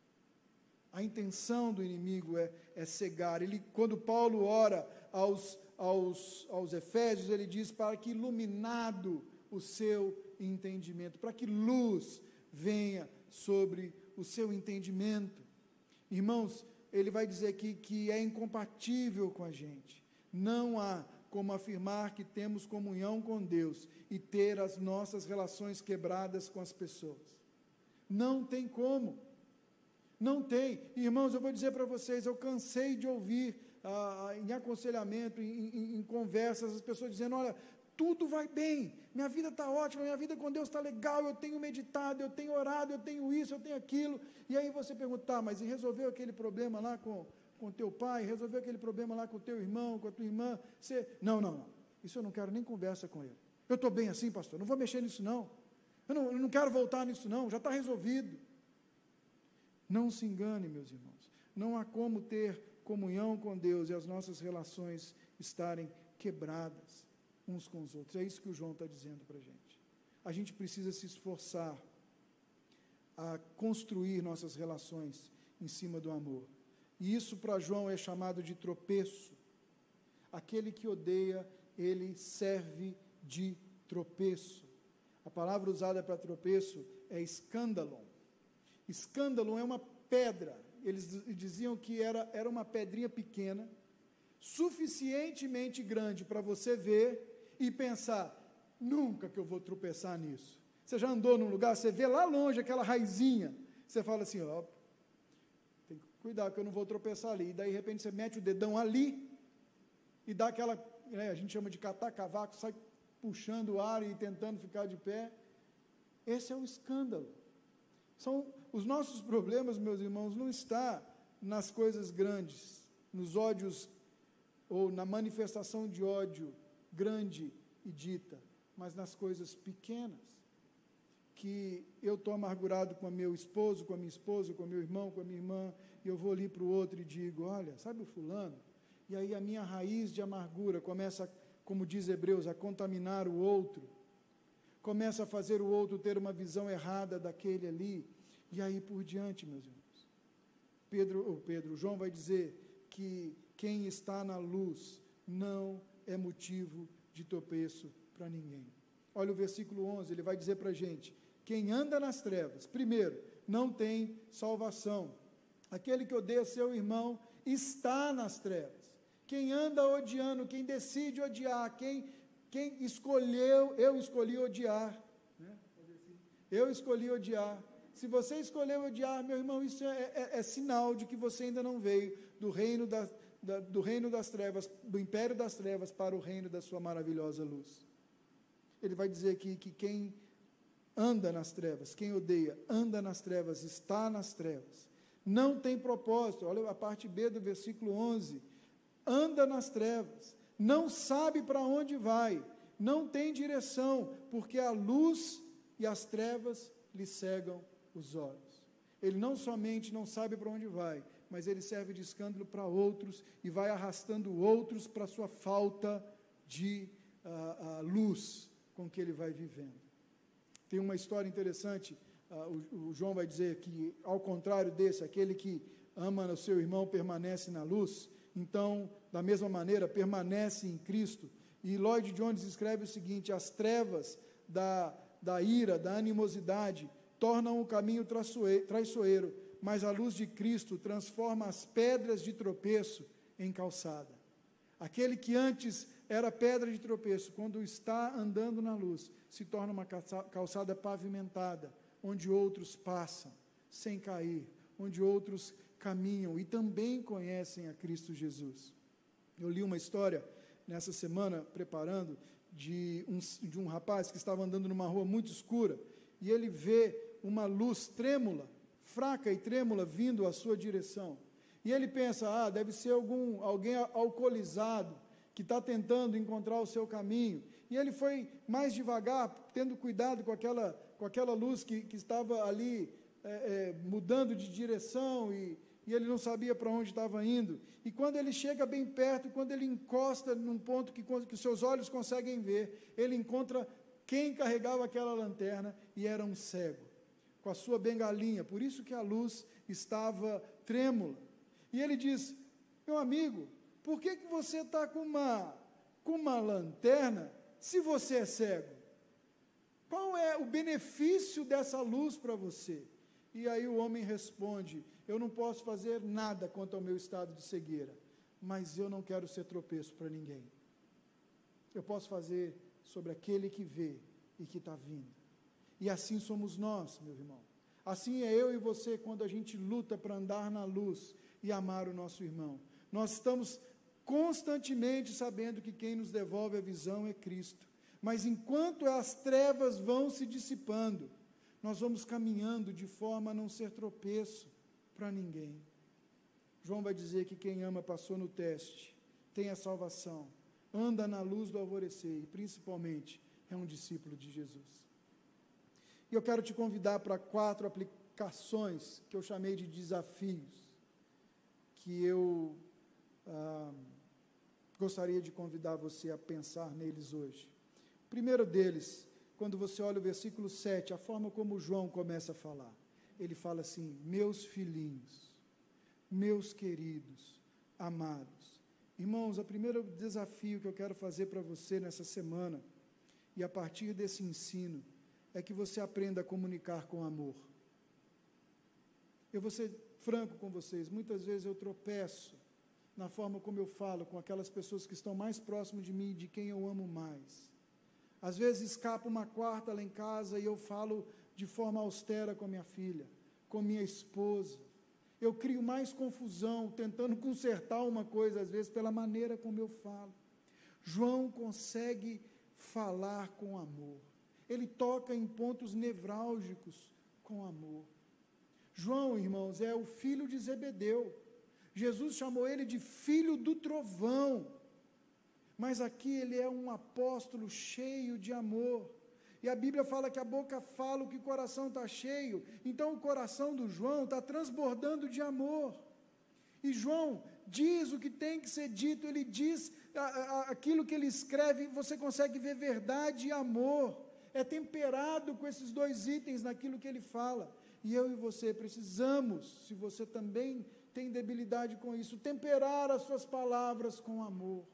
A intenção do inimigo é, é cegar. Ele, quando Paulo ora aos, aos, aos Efésios, ele diz para que iluminado o seu entendimento, para que luz venha sobre o seu entendimento. Irmãos, ele vai dizer aqui que é incompatível com a gente. Não há como afirmar que temos comunhão com Deus e ter as nossas relações quebradas com as pessoas. Não tem como. Não tem. Irmãos, eu vou dizer para vocês, eu cansei de ouvir ah, em aconselhamento, em, em, em conversas, as pessoas dizendo, olha, tudo vai bem, minha vida está ótima, minha vida com Deus está legal, eu tenho meditado, eu tenho orado, eu tenho isso, eu tenho aquilo. E aí você pergunta, tá, mas e resolveu aquele problema lá com o teu pai, resolveu aquele problema lá com o teu irmão, com a tua irmã? Você... Não, não, não, isso eu não quero nem conversa com ele. Eu estou bem assim, pastor, não vou mexer nisso não. Eu não, eu não quero voltar nisso não, já está resolvido. Não se engane, meus irmãos, não há como ter comunhão com Deus e as nossas relações estarem quebradas uns com os outros. É isso que o João está dizendo para a gente. A gente precisa se esforçar a construir nossas relações em cima do amor. E isso para João é chamado de tropeço. Aquele que odeia, ele serve de tropeço. A palavra usada para tropeço é escândalo. Escândalo é uma pedra. Eles diziam que era, era uma pedrinha pequena, suficientemente grande para você ver e pensar, nunca que eu vou tropeçar nisso. Você já andou num lugar, você vê lá longe aquela raizinha, você fala assim, ó, tem que cuidar que eu não vou tropeçar ali. E daí, de repente, você mete o dedão ali e dá aquela, né, a gente chama de catar cavaco, sai puxando o ar e tentando ficar de pé. Esse é o escândalo. São os nossos problemas, meus irmãos, não está nas coisas grandes, nos ódios ou na manifestação de ódio grande e dita, mas nas coisas pequenas, que eu estou amargurado com o meu esposo, com a minha esposa, com o meu irmão, com a minha irmã, e eu vou ali para o outro e digo, olha, sabe o fulano? E aí a minha raiz de amargura começa, como diz Hebreus, a contaminar o outro. começa a fazer o outro ter uma visão errada daquele ali, e aí por diante, meus irmãos. Pedro, ou Pedro, João vai dizer que quem está na luz não é motivo de tropeço para ninguém. Olha o versículo onze, ele vai dizer para a gente, quem anda nas trevas, primeiro, não tem salvação. Aquele que odeia seu irmão está nas trevas. Quem anda odiando, quem decide odiar, quem, quem escolheu, eu escolhi odiar, né? Eu escolhi odiar. Se você escolheu odiar, meu irmão, isso é, é, é sinal de que você ainda não veio do reino, da, da, do reino das trevas, do império das trevas para o reino da sua maravilhosa luz. Ele vai dizer aqui que quem anda nas trevas, quem odeia, anda nas trevas, está nas trevas, não tem propósito. Olha a parte B do versículo onze, anda nas trevas, não sabe para onde vai, não tem direção, porque a luz e as trevas lhe cegam os olhos. Ele não somente não sabe para onde vai, mas ele serve de escândalo para outros e vai arrastando outros para a sua falta de uh, uh, luz com que ele vai vivendo. Tem uma história interessante, uh, o, o João vai dizer que, ao contrário desse, aquele que ama o seu irmão permanece na luz, então, da mesma maneira, permanece em Cristo. E Lloyd Jones escreve o seguinte, as trevas da, da ira, da animosidade, tornam o caminho traiçoeiro, mas a luz de Cristo transforma as pedras de tropeço em calçada. Aquele que antes era pedra de tropeço, quando está andando na luz, se torna uma calçada pavimentada, onde outros passam sem cair, onde outros caminham e também conhecem a Cristo Jesus. Eu li uma história nessa semana, preparando, de um, de um rapaz que estava andando numa rua muito escura, e ele vê uma luz trêmula, fraca e trêmula, vindo à sua direção. E ele pensa, ah, deve ser algum, alguém alcoolizado, que está tentando encontrar o seu caminho. E ele foi mais devagar, tendo cuidado com aquela, com aquela luz que, que estava ali, é, é, mudando de direção, e, e ele não sabia para onde estava indo. E quando ele chega bem perto, quando ele encosta num ponto que, que os seus olhos conseguem ver, ele encontra quem carregava aquela lanterna, e era um cego, com a sua bengalinha, por isso que a luz estava trêmula. E ele diz, meu amigo, por que, que você está com uma, com uma lanterna se você é cego? Qual é o benefício dessa luz para você? E aí o homem responde, eu não posso fazer nada quanto ao meu estado de cegueira, mas eu não quero ser tropeço para ninguém. Eu posso fazer sobre aquele que vê e que está vindo. E assim somos nós, meu irmão. Assim é eu e você quando a gente luta para andar na luz e amar o nosso irmão. Nós estamos constantemente sabendo que quem nos devolve a visão é Cristo. Mas enquanto as trevas vão se dissipando, nós vamos caminhando de forma a não ser tropeço para ninguém. João vai dizer que quem ama passou no teste, tem a salvação, anda na luz do alvorecer e principalmente é um discípulo de Jesus. E eu quero te convidar para quatro aplicações que eu chamei de desafios, que eu ah, gostaria de convidar você a pensar neles hoje. O primeiro deles, quando você olha o versículo sete, a forma como João começa a falar, ele fala assim, meus filhinhos, meus queridos, amados. Irmãos, o primeiro desafio que eu quero fazer para você nessa semana, e a partir desse ensino, é que você aprenda a comunicar com amor. Eu vou ser franco com vocês, muitas vezes eu tropeço na forma como eu falo com aquelas pessoas que estão mais próximas de mim e de quem eu amo mais. Às vezes escapa uma quarta lá em casa e eu falo de forma austera com a minha filha, com minha esposa. Eu crio mais confusão, tentando consertar uma coisa, às vezes, pela maneira como eu falo. João consegue falar com amor. Ele toca em pontos nevrálgicos com amor. João, irmãos, é o filho de Zebedeu. Jesus chamou ele de filho do trovão. Mas aqui ele é um apóstolo cheio de amor. E a Bíblia fala que a boca fala o que o coração está cheio. Então o coração do João está transbordando de amor. E João diz o que tem que ser dito, ele diz a, a, aquilo que ele escreve, você consegue ver verdade e amor. é temperado com esses dois itens naquilo que ele fala. E eu e você precisamos, se você também tem debilidade com isso, temperar as suas palavras com amor.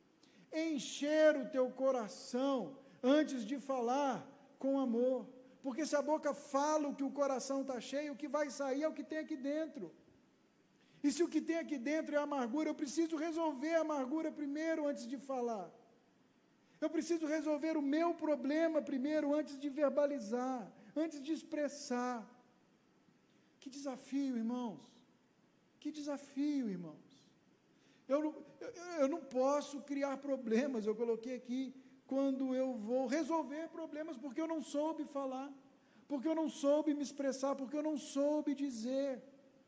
Encher o teu coração antes de falar com amor. Porque se a boca fala o que o coração está cheio, o que vai sair é o que tem aqui dentro. E se o que tem aqui dentro é amargura, eu preciso resolver a amargura primeiro antes de falar. Eu preciso resolver o meu problema primeiro antes de verbalizar, antes de expressar. Que desafio, irmãos. Que desafio, irmãos. Eu não, eu, eu não posso criar problemas, eu coloquei aqui, quando eu vou resolver problemas, porque eu não soube falar, porque eu não soube me expressar, porque eu não soube dizer.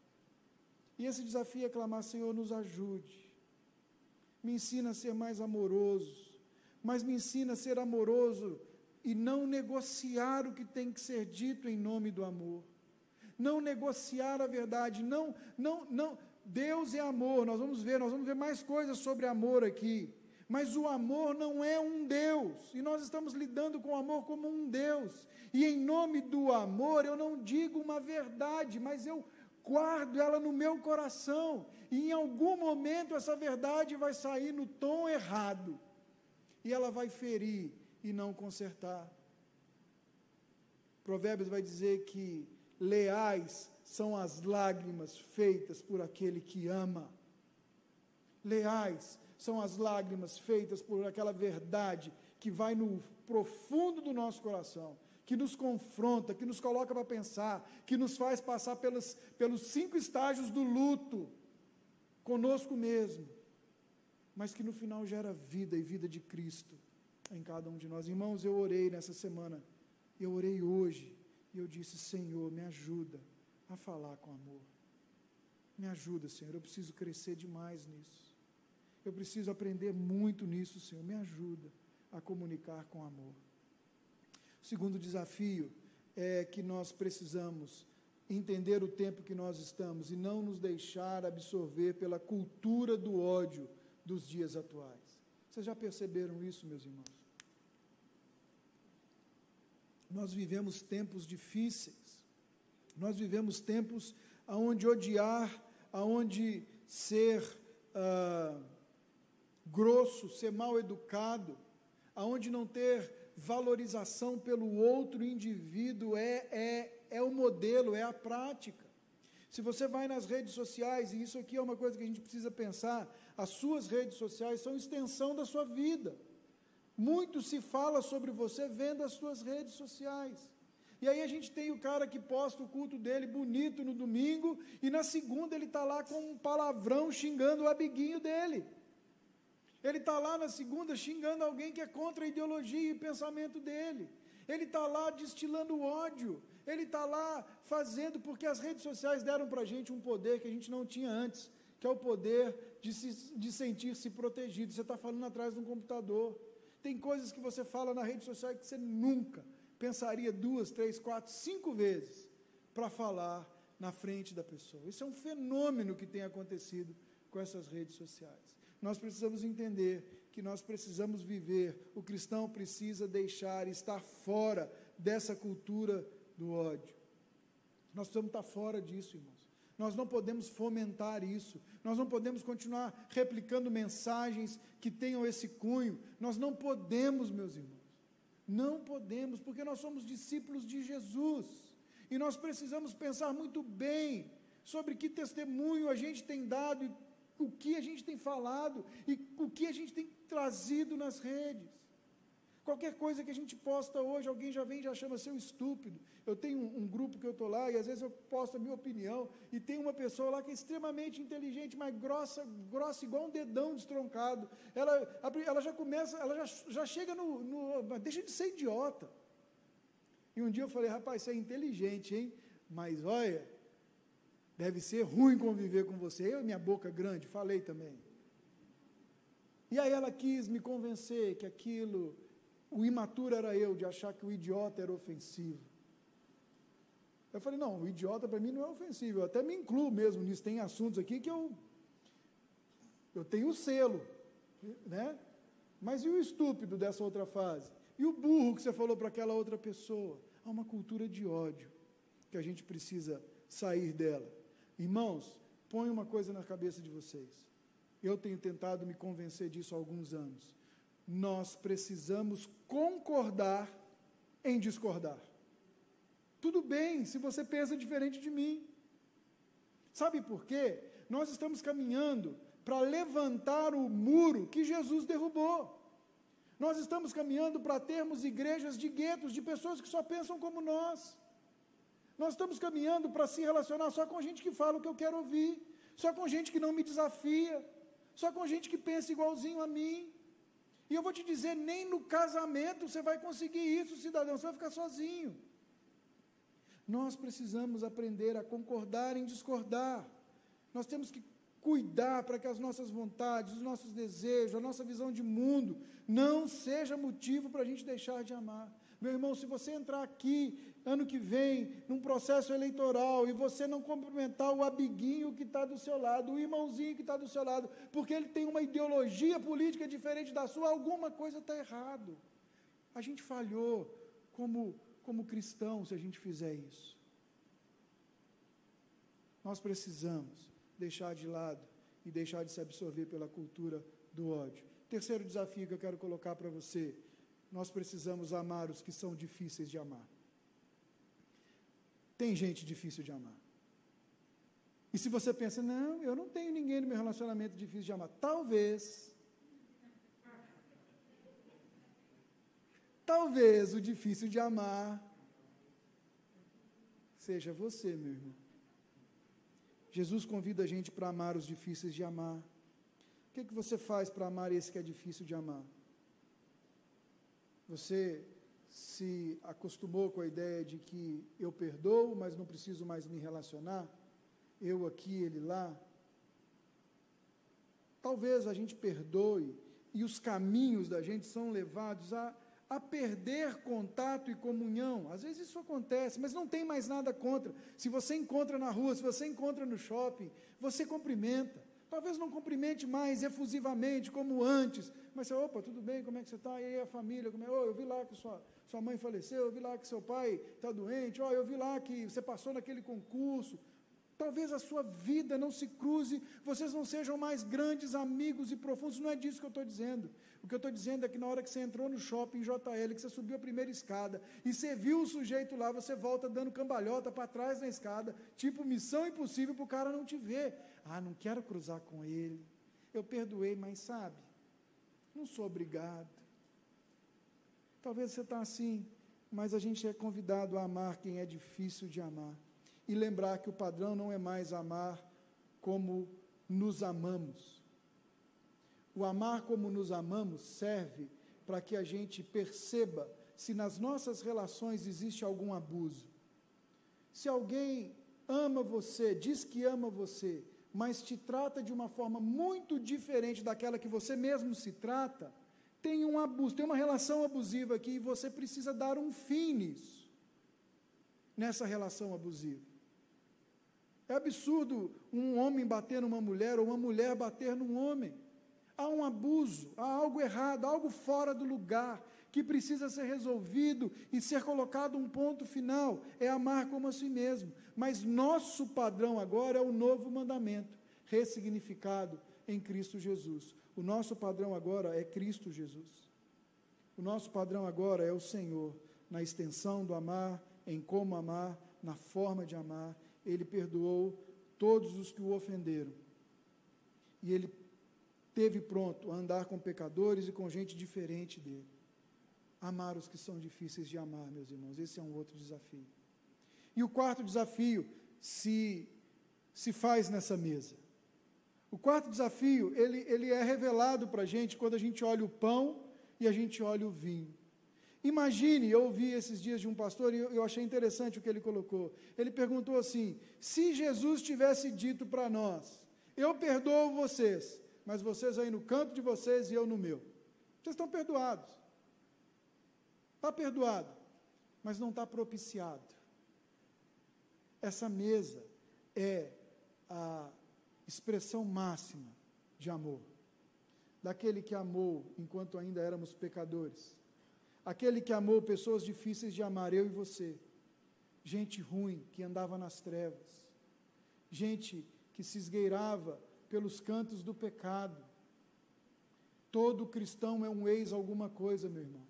E esse desafio é clamar: Senhor, nos ajude, me ensina a ser mais amoroso, mas me ensina a ser amoroso e não negociar o que tem que ser dito em nome do amor, não negociar a verdade, não, não, não, Deus é amor, nós vamos ver, nós vamos ver mais coisas sobre amor aqui, mas o amor não é um Deus, e nós estamos lidando com o amor como um Deus, e em nome do amor eu não digo uma verdade, mas eu guardo ela no meu coração, e em algum momento essa verdade vai sair no tom errado, e ela vai ferir e não consertar. Provérbios vai dizer que leais são as lágrimas feitas por aquele que ama. Leais são as lágrimas feitas por aquela verdade que vai no profundo do nosso coração, que nos confronta, que nos coloca para pensar, que nos faz passar pelos, pelos cinco estágios do luto, conosco mesmo, mas que no final gera vida e vida de Cristo em cada um de nós. Irmãos, eu orei nessa semana, eu orei hoje, e eu disse: Senhor, me ajuda a falar com amor. Me ajuda, Senhor, eu preciso crescer demais nisso. Eu preciso aprender muito nisso, Senhor. Me ajuda a comunicar com amor. O segundo desafio é que nós precisamos entender o tempo que nós estamos e não nos deixar absorver pela cultura do ódio dos dias atuais. Vocês já perceberam isso, meus irmãos? Nós vivemos tempos difíceis. Nós vivemos tempos onde odiar, onde ser ah, grosso, ser mal educado, onde não ter valorização pelo outro indivíduo é, é, é o modelo, é a prática. Se você vai nas redes sociais, e isso aqui é uma coisa que a gente precisa pensar, as suas redes sociais são extensão da sua vida. Muito se fala sobre você vendo as suas redes sociais. E aí a gente tem o cara que posta o culto dele bonito no domingo, e na segunda ele está lá com um palavrão xingando o amiguinho dele. Ele está lá na segunda xingando alguém que é contra a ideologia e pensamento dele. Ele está lá destilando ódio. Ele está lá fazendo, porque as redes sociais deram para a gente um poder que a gente não tinha antes, que é o poder de, se, de sentir-se protegido. Você está falando atrás de um computador. Tem coisas que você fala na rede social que você nunca pensaria duas, três, quatro, cinco vezes para falar na frente da pessoa. Isso é um fenômeno que tem acontecido com essas redes sociais. Nós precisamos entender que nós precisamos viver, o cristão precisa deixar, estar fora dessa cultura do ódio. Nós precisamos estar fora disso, irmãos. Nós não podemos fomentar isso, nós não podemos continuar replicando mensagens que tenham esse cunho, nós não podemos, meus irmãos, não podemos, porque nós somos discípulos de Jesus, e nós precisamos pensar muito bem sobre que testemunho a gente tem dado, e o que a gente tem falado, e o que a gente tem trazido nas redes. Qualquer coisa que a gente posta hoje, alguém já vem e já chama seu estúpido. Eu tenho um, um grupo que eu estou lá, e às vezes eu posto a minha opinião, e tem uma pessoa lá que é extremamente inteligente, mas grossa, grossa igual um dedão destroncado. Ela, ela já começa, ela já, já chega no, no... Deixa de ser idiota. E um dia eu falei: rapaz, você é inteligente, hein? Mas olha, deve ser ruim conviver com você. Eu, minha boca grande, falei também. E aí ela quis me convencer que aquilo... O imaturo era eu, de achar que o idiota era ofensivo. Eu falei: não, o idiota para mim não é ofensivo, eu até me incluo mesmo nisso, tem assuntos aqui que eu, eu tenho o selo, né? Mas e o estúpido dessa outra fase? E o burro que você falou para aquela outra pessoa? Há uma cultura de ódio que a gente precisa sair dela. Irmãos, põe uma coisa na cabeça de vocês. Eu tenho tentado me convencer disso há alguns anos. Nós precisamos concordar em discordar. Tudo bem se você pensa diferente de mim. Sabe por quê? Nós estamos caminhando para levantar o muro que Jesus derrubou. Nós estamos caminhando para termos igrejas de guetos, de pessoas que só pensam como nós. Nós estamos caminhando para se relacionar só com gente que fala o que eu quero ouvir, só com gente que não me desafia, só com gente que pensa igualzinho a mim. E eu vou te dizer, nem no casamento você vai conseguir isso, cidadão, você vai ficar sozinho. Nós precisamos aprender a concordar em discordar. Nós temos que cuidar para que as nossas vontades, os nossos desejos, a nossa visão de mundo não seja motivo para a gente deixar de amar. Meu irmão, se você entrar aqui ano que vem num processo eleitoral e você não cumprimentar o amiguinho que está do seu lado, o irmãozinho que está do seu lado, porque ele tem uma ideologia política diferente da sua, alguma coisa está errado. A gente falhou como, como cristão se a gente fizer isso. Nós precisamos deixar de lado e deixar de se absorver pela cultura do ódio. Terceiro desafio que eu quero colocar para você: nós precisamos amar os que são difíceis de amar. Tem gente difícil de amar. E se você pensa, não, eu não tenho ninguém no meu relacionamento difícil de amar, talvez, talvez o difícil de amar seja você, meu irmão. Jesus convida a gente para amar os difíceis de amar. O que, que você faz para amar esse que é difícil de amar? Você se acostumou com a ideia de que eu perdoo, mas não preciso mais me relacionar? Eu aqui, ele lá? Talvez a gente perdoe e os caminhos da gente são levados a, a perder contato e comunhão. Às vezes isso acontece, mas não tem mais nada contra. Se você encontra na rua, se você encontra no shopping, você cumprimenta. Talvez não cumprimente mais efusivamente, como antes, mas você, opa, tudo bem, como é que você está? E aí a família, como é? Oh, eu vi lá que sua, sua mãe faleceu, eu vi lá que seu pai está doente, oh, eu vi lá que você passou naquele concurso. Talvez a sua vida não se cruze, vocês não sejam mais grandes amigos e profundos, não é disso que eu estou dizendo. O que eu estou dizendo é que na hora que você entrou no shopping J L, que você subiu a primeira escada, e você viu o sujeito lá, você volta dando cambalhota para trás na escada, tipo missão impossível para o cara não te ver. Ah, não quero cruzar com ele, eu perdoei, mas sabe, não sou obrigado. Talvez você está assim, mas a gente é convidado a amar quem é difícil de amar. E lembrar que o padrão não é mais amar como nos amamos. O amar como nos amamos serve para que a gente perceba se nas nossas relações existe algum abuso. Se alguém ama você, diz que ama você, mas te trata de uma forma muito diferente daquela que você mesmo se trata, tem um abuso, tem uma relação abusiva aqui e você precisa dar um fim nisso, nessa relação abusiva. É absurdo um homem bater numa mulher ou uma mulher bater num homem. Há um abuso, há algo errado, algo fora do lugar que precisa ser resolvido e ser colocado um ponto final. É amar como a si mesmo. Mas nosso padrão agora é o novo mandamento, ressignificado em Cristo Jesus. O nosso padrão agora é Cristo Jesus. O nosso padrão agora é o Senhor, na extensão do amar, em como amar, na forma de amar. Ele perdoou todos os que o ofenderam. E ele teve pronto a andar com pecadores e com gente diferente dele. Amar os que são difíceis de amar, meus irmãos. Esse é um outro desafio. E o quarto desafio se, se faz nessa mesa. O quarto desafio, ele, ele é revelado para a gente quando a gente olha o pão e a gente olha o vinho. Imagine, eu ouvi esses dias de um pastor e eu, eu achei interessante o que ele colocou. Ele perguntou assim: se Jesus tivesse dito para nós, eu perdoo vocês, mas vocês aí no canto de vocês e eu no meu. Vocês estão perdoados. Está perdoado, mas não está propiciado. Essa mesa é a expressão máxima de amor. Daquele que amou enquanto ainda éramos pecadores. aquele que amou pessoas difíceis de amar, eu e você, gente ruim que andava nas trevas, gente que se esgueirava pelos cantos do pecado. Todo cristão é um ex alguma coisa, meu irmão.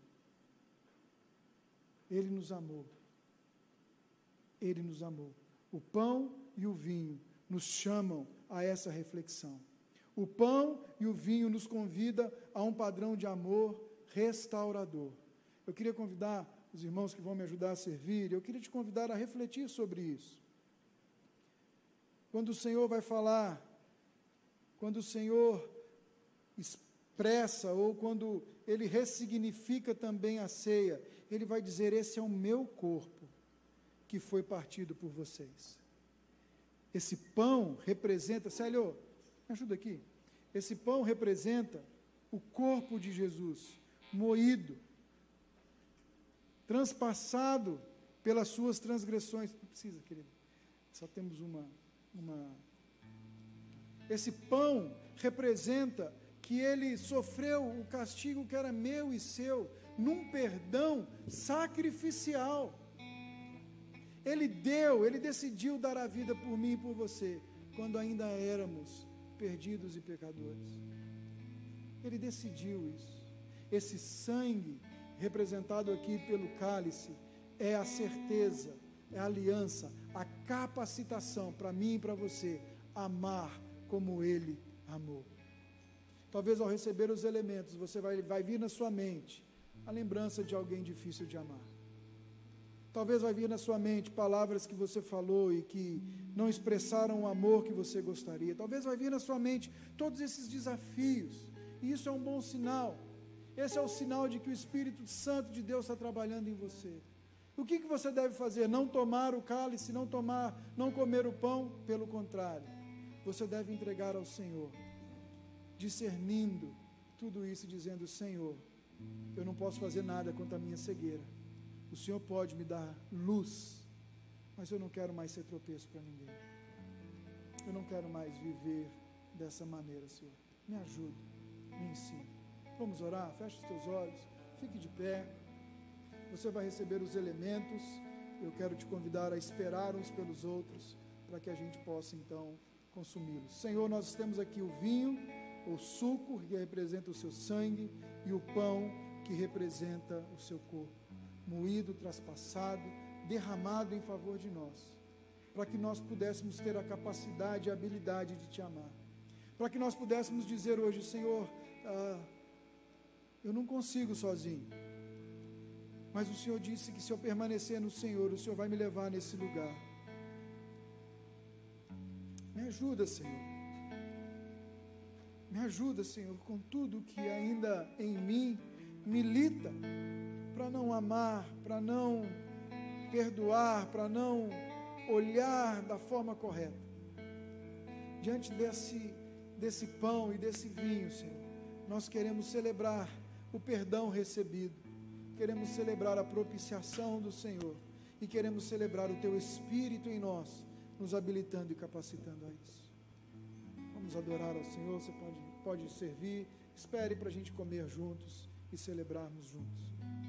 Ele nos amou. Ele nos amou. O pão e o vinho nos chamam a essa reflexão. O pão e o vinho nos convida a um padrão de amor restaurador. Eu queria convidar os irmãos que vão me ajudar a servir, eu queria te convidar a refletir sobre isso. Quando o Senhor vai falar, quando o Senhor expressa, ou quando Ele ressignifica também a ceia, Ele vai dizer: esse é o meu corpo, que foi partido por vocês. Esse pão representa, Célio, me ajuda aqui, esse pão representa o corpo de Jesus, moído, transpassado pelas suas transgressões. Não precisa, querido, só temos uma, uma... Esse pão representa que Ele sofreu o castigo que era meu e seu, num perdão sacrificial. Ele deu, Ele decidiu dar a vida por mim e por você, quando ainda éramos perdidos e pecadores. Ele decidiu isso. Esse sangue, representado aqui pelo cálice, é a certeza, é a aliança, a capacitação para mim e para você amar como Ele amou. Talvez ao receber os elementos, você vai, vai vir na sua mente a lembrança de alguém difícil de amar. Talvez vai vir na sua mente palavras que você falou e que não expressaram o amor que você gostaria. Talvez vai vir na sua mente todos esses desafios. E isso é um bom sinal. Esse é o sinal de que o Espírito Santo de Deus está trabalhando em você. O que, que você deve fazer? Não tomar o cálice, não tomar, não comer o pão? Pelo contrário, você deve entregar ao Senhor, discernindo tudo isso e dizendo: Senhor, eu não posso fazer nada contra a minha cegueira. O Senhor pode me dar luz, mas eu não quero mais ser tropeço para ninguém. Eu não quero mais viver dessa maneira, Senhor. Me ajuda, me ensina. Vamos orar? Feche os teus olhos, fique de pé. Você vai receber os elementos. Eu quero te convidar a esperar uns pelos outros, para que a gente possa então consumi-los. Senhor, nós temos aqui o vinho, o suco, que representa o seu sangue, e o pão, que representa o seu corpo, moído, traspassado, derramado em favor de nós, para que nós pudéssemos ter a capacidade e a habilidade de te amar, para que nós pudéssemos dizer hoje: Senhor, ah, eu não consigo sozinho, mas o Senhor disse que se eu permanecer no Senhor, o Senhor vai me levar nesse lugar. Me ajuda, Senhor. Me ajuda, Senhor, com tudo que ainda em mim milita para não amar, para não perdoar, para não olhar da forma correta. Diante desse, desse pão e desse vinho, Senhor, nós queremos celebrar o perdão recebido, queremos celebrar a propiciação do Senhor e queremos celebrar o Teu Espírito em nós, nos habilitando e capacitando a isso. Vamos adorar ao Senhor. Você pode, pode servir, espere para a gente comer juntos e celebrarmos juntos.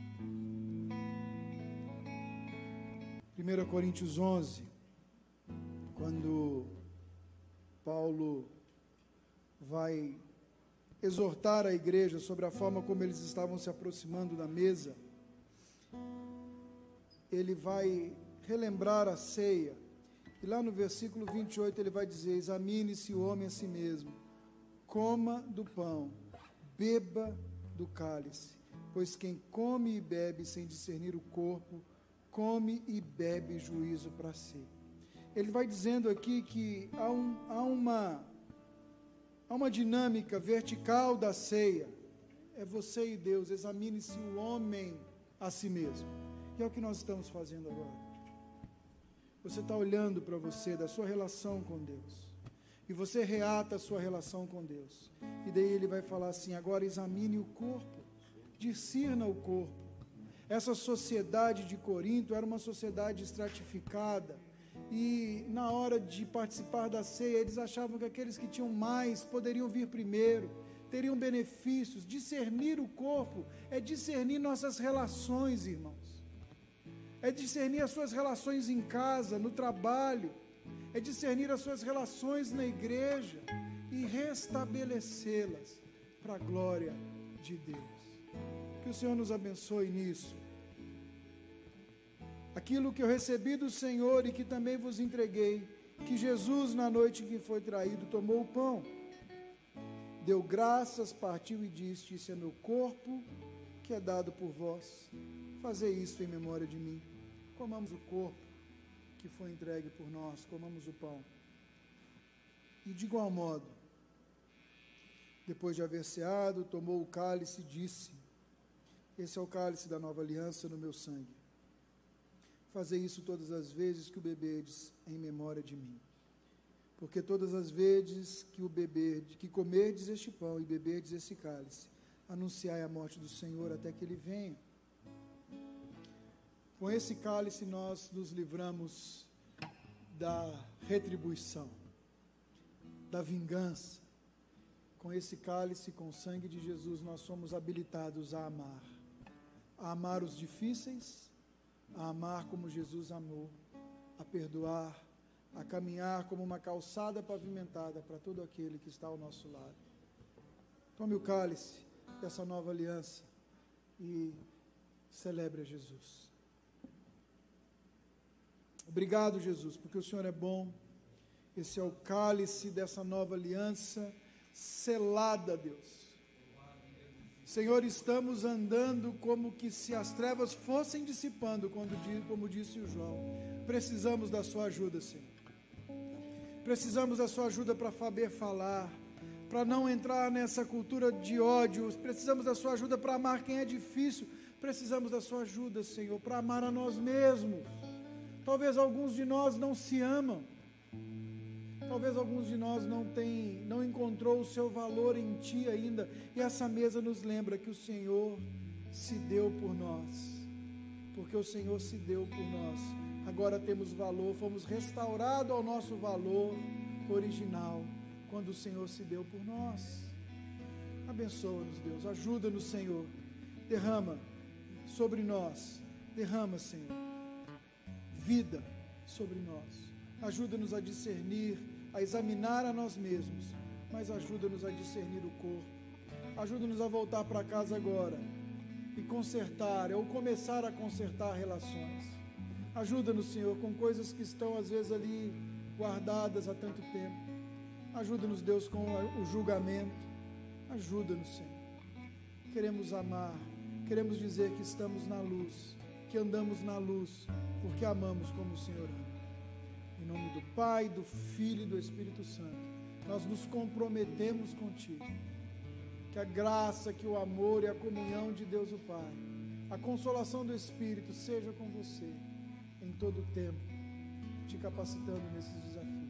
primeira Coríntios onze, quando Paulo vai exortar a igreja sobre a forma como eles estavam se aproximando da mesa, ele vai relembrar a ceia, e lá no versículo vinte e oito ele vai dizer: examine-se o homem a si mesmo, coma do pão, beba do cálice, pois quem come e bebe sem discernir o corpo, come e bebe juízo para si. Ele vai dizendo aqui que há, um, há, uma, há uma dinâmica vertical da ceia. É você e Deus. Examine-se o homem a si mesmo. E é o que nós estamos fazendo agora. Você está olhando para você, da sua relação com Deus, e você reata a sua relação com Deus, e daí ele vai falar assim: agora examine o corpo, discirna o corpo. Essa sociedade de Corinto era uma sociedade estratificada, e na hora de participar da ceia, eles achavam que aqueles que tinham mais poderiam vir primeiro, teriam benefícios. Discernir o corpo é discernir nossas relações, irmãos. É discernir as suas relações em casa, no trabalho. É discernir as suas relações na igreja e restabelecê-las para a glória de Deus. Que o Senhor nos abençoe nisso. Aquilo que eu recebi do Senhor e que também vos entreguei, que Jesus, na noite em que foi traído, tomou o pão, deu graças, partiu e disse: isso é meu corpo, que é dado por vós. Fazei isso em memória de mim. Comamos o corpo que foi entregue por nós, comamos o pão. E de igual modo, depois de haver ceado, tomou o cálice e disse: esse é o cálice da nova aliança no meu sangue. Fazei isso todas as vezes que o beberdes em memória de mim. Porque todas as vezes que o beberdes, que comerdes este pão e beberdes esse cálice, anunciai a morte do Senhor até que Ele venha. Com esse cálice nós nos livramos da retribuição, da vingança. Com esse cálice, com o sangue de Jesus, nós somos habilitados a amar. A amar os difíceis, a amar como Jesus amou, a perdoar, a caminhar como uma calçada pavimentada para todo aquele que está ao nosso lado. Tome o cálice dessa nova aliança e celebre a Jesus. Obrigado, Jesus, porque o Senhor é bom. Esse é o cálice dessa nova aliança selada, Deus. Senhor, estamos andando como que se as trevas fossem dissipando, quando, como disse o João. Precisamos da sua ajuda, Senhor. Precisamos da sua ajuda para saber falar, para não entrar nessa cultura de ódio. Precisamos da sua ajuda para amar quem é difícil. Precisamos da sua ajuda, Senhor, para amar a nós mesmos. Talvez alguns de nós não se amam. Talvez alguns de nós não tem, não encontrou o seu valor em Ti ainda. E essa mesa nos lembra que o Senhor se deu por nós. Porque o Senhor se deu por nós. Agora temos valor, fomos restaurados ao nosso valor original, quando o Senhor se deu por nós. Abençoa-nos, Deus, ajuda-nos, Senhor. Derrama sobre nós, derrama, Senhor, vida sobre nós. Ajuda-nos a discernir, a examinar a nós mesmos, mas ajuda-nos a discernir o corpo. Ajuda-nos a voltar para casa agora e consertar, ou começar a consertar relações. Ajuda-nos, Senhor, com coisas que estão às vezes ali guardadas há tanto tempo. Ajuda-nos, Deus, com o julgamento. Ajuda-nos, Senhor. Queremos amar, queremos dizer que estamos na luz, que andamos na luz, porque amamos como o Senhor ama. Em nome do Pai, do Filho e do Espírito Santo, nós nos comprometemos contigo. Que a graça, que o amor e a comunhão de Deus o Pai, a consolação do Espírito seja com você em todo o tempo, te capacitando nesses desafios.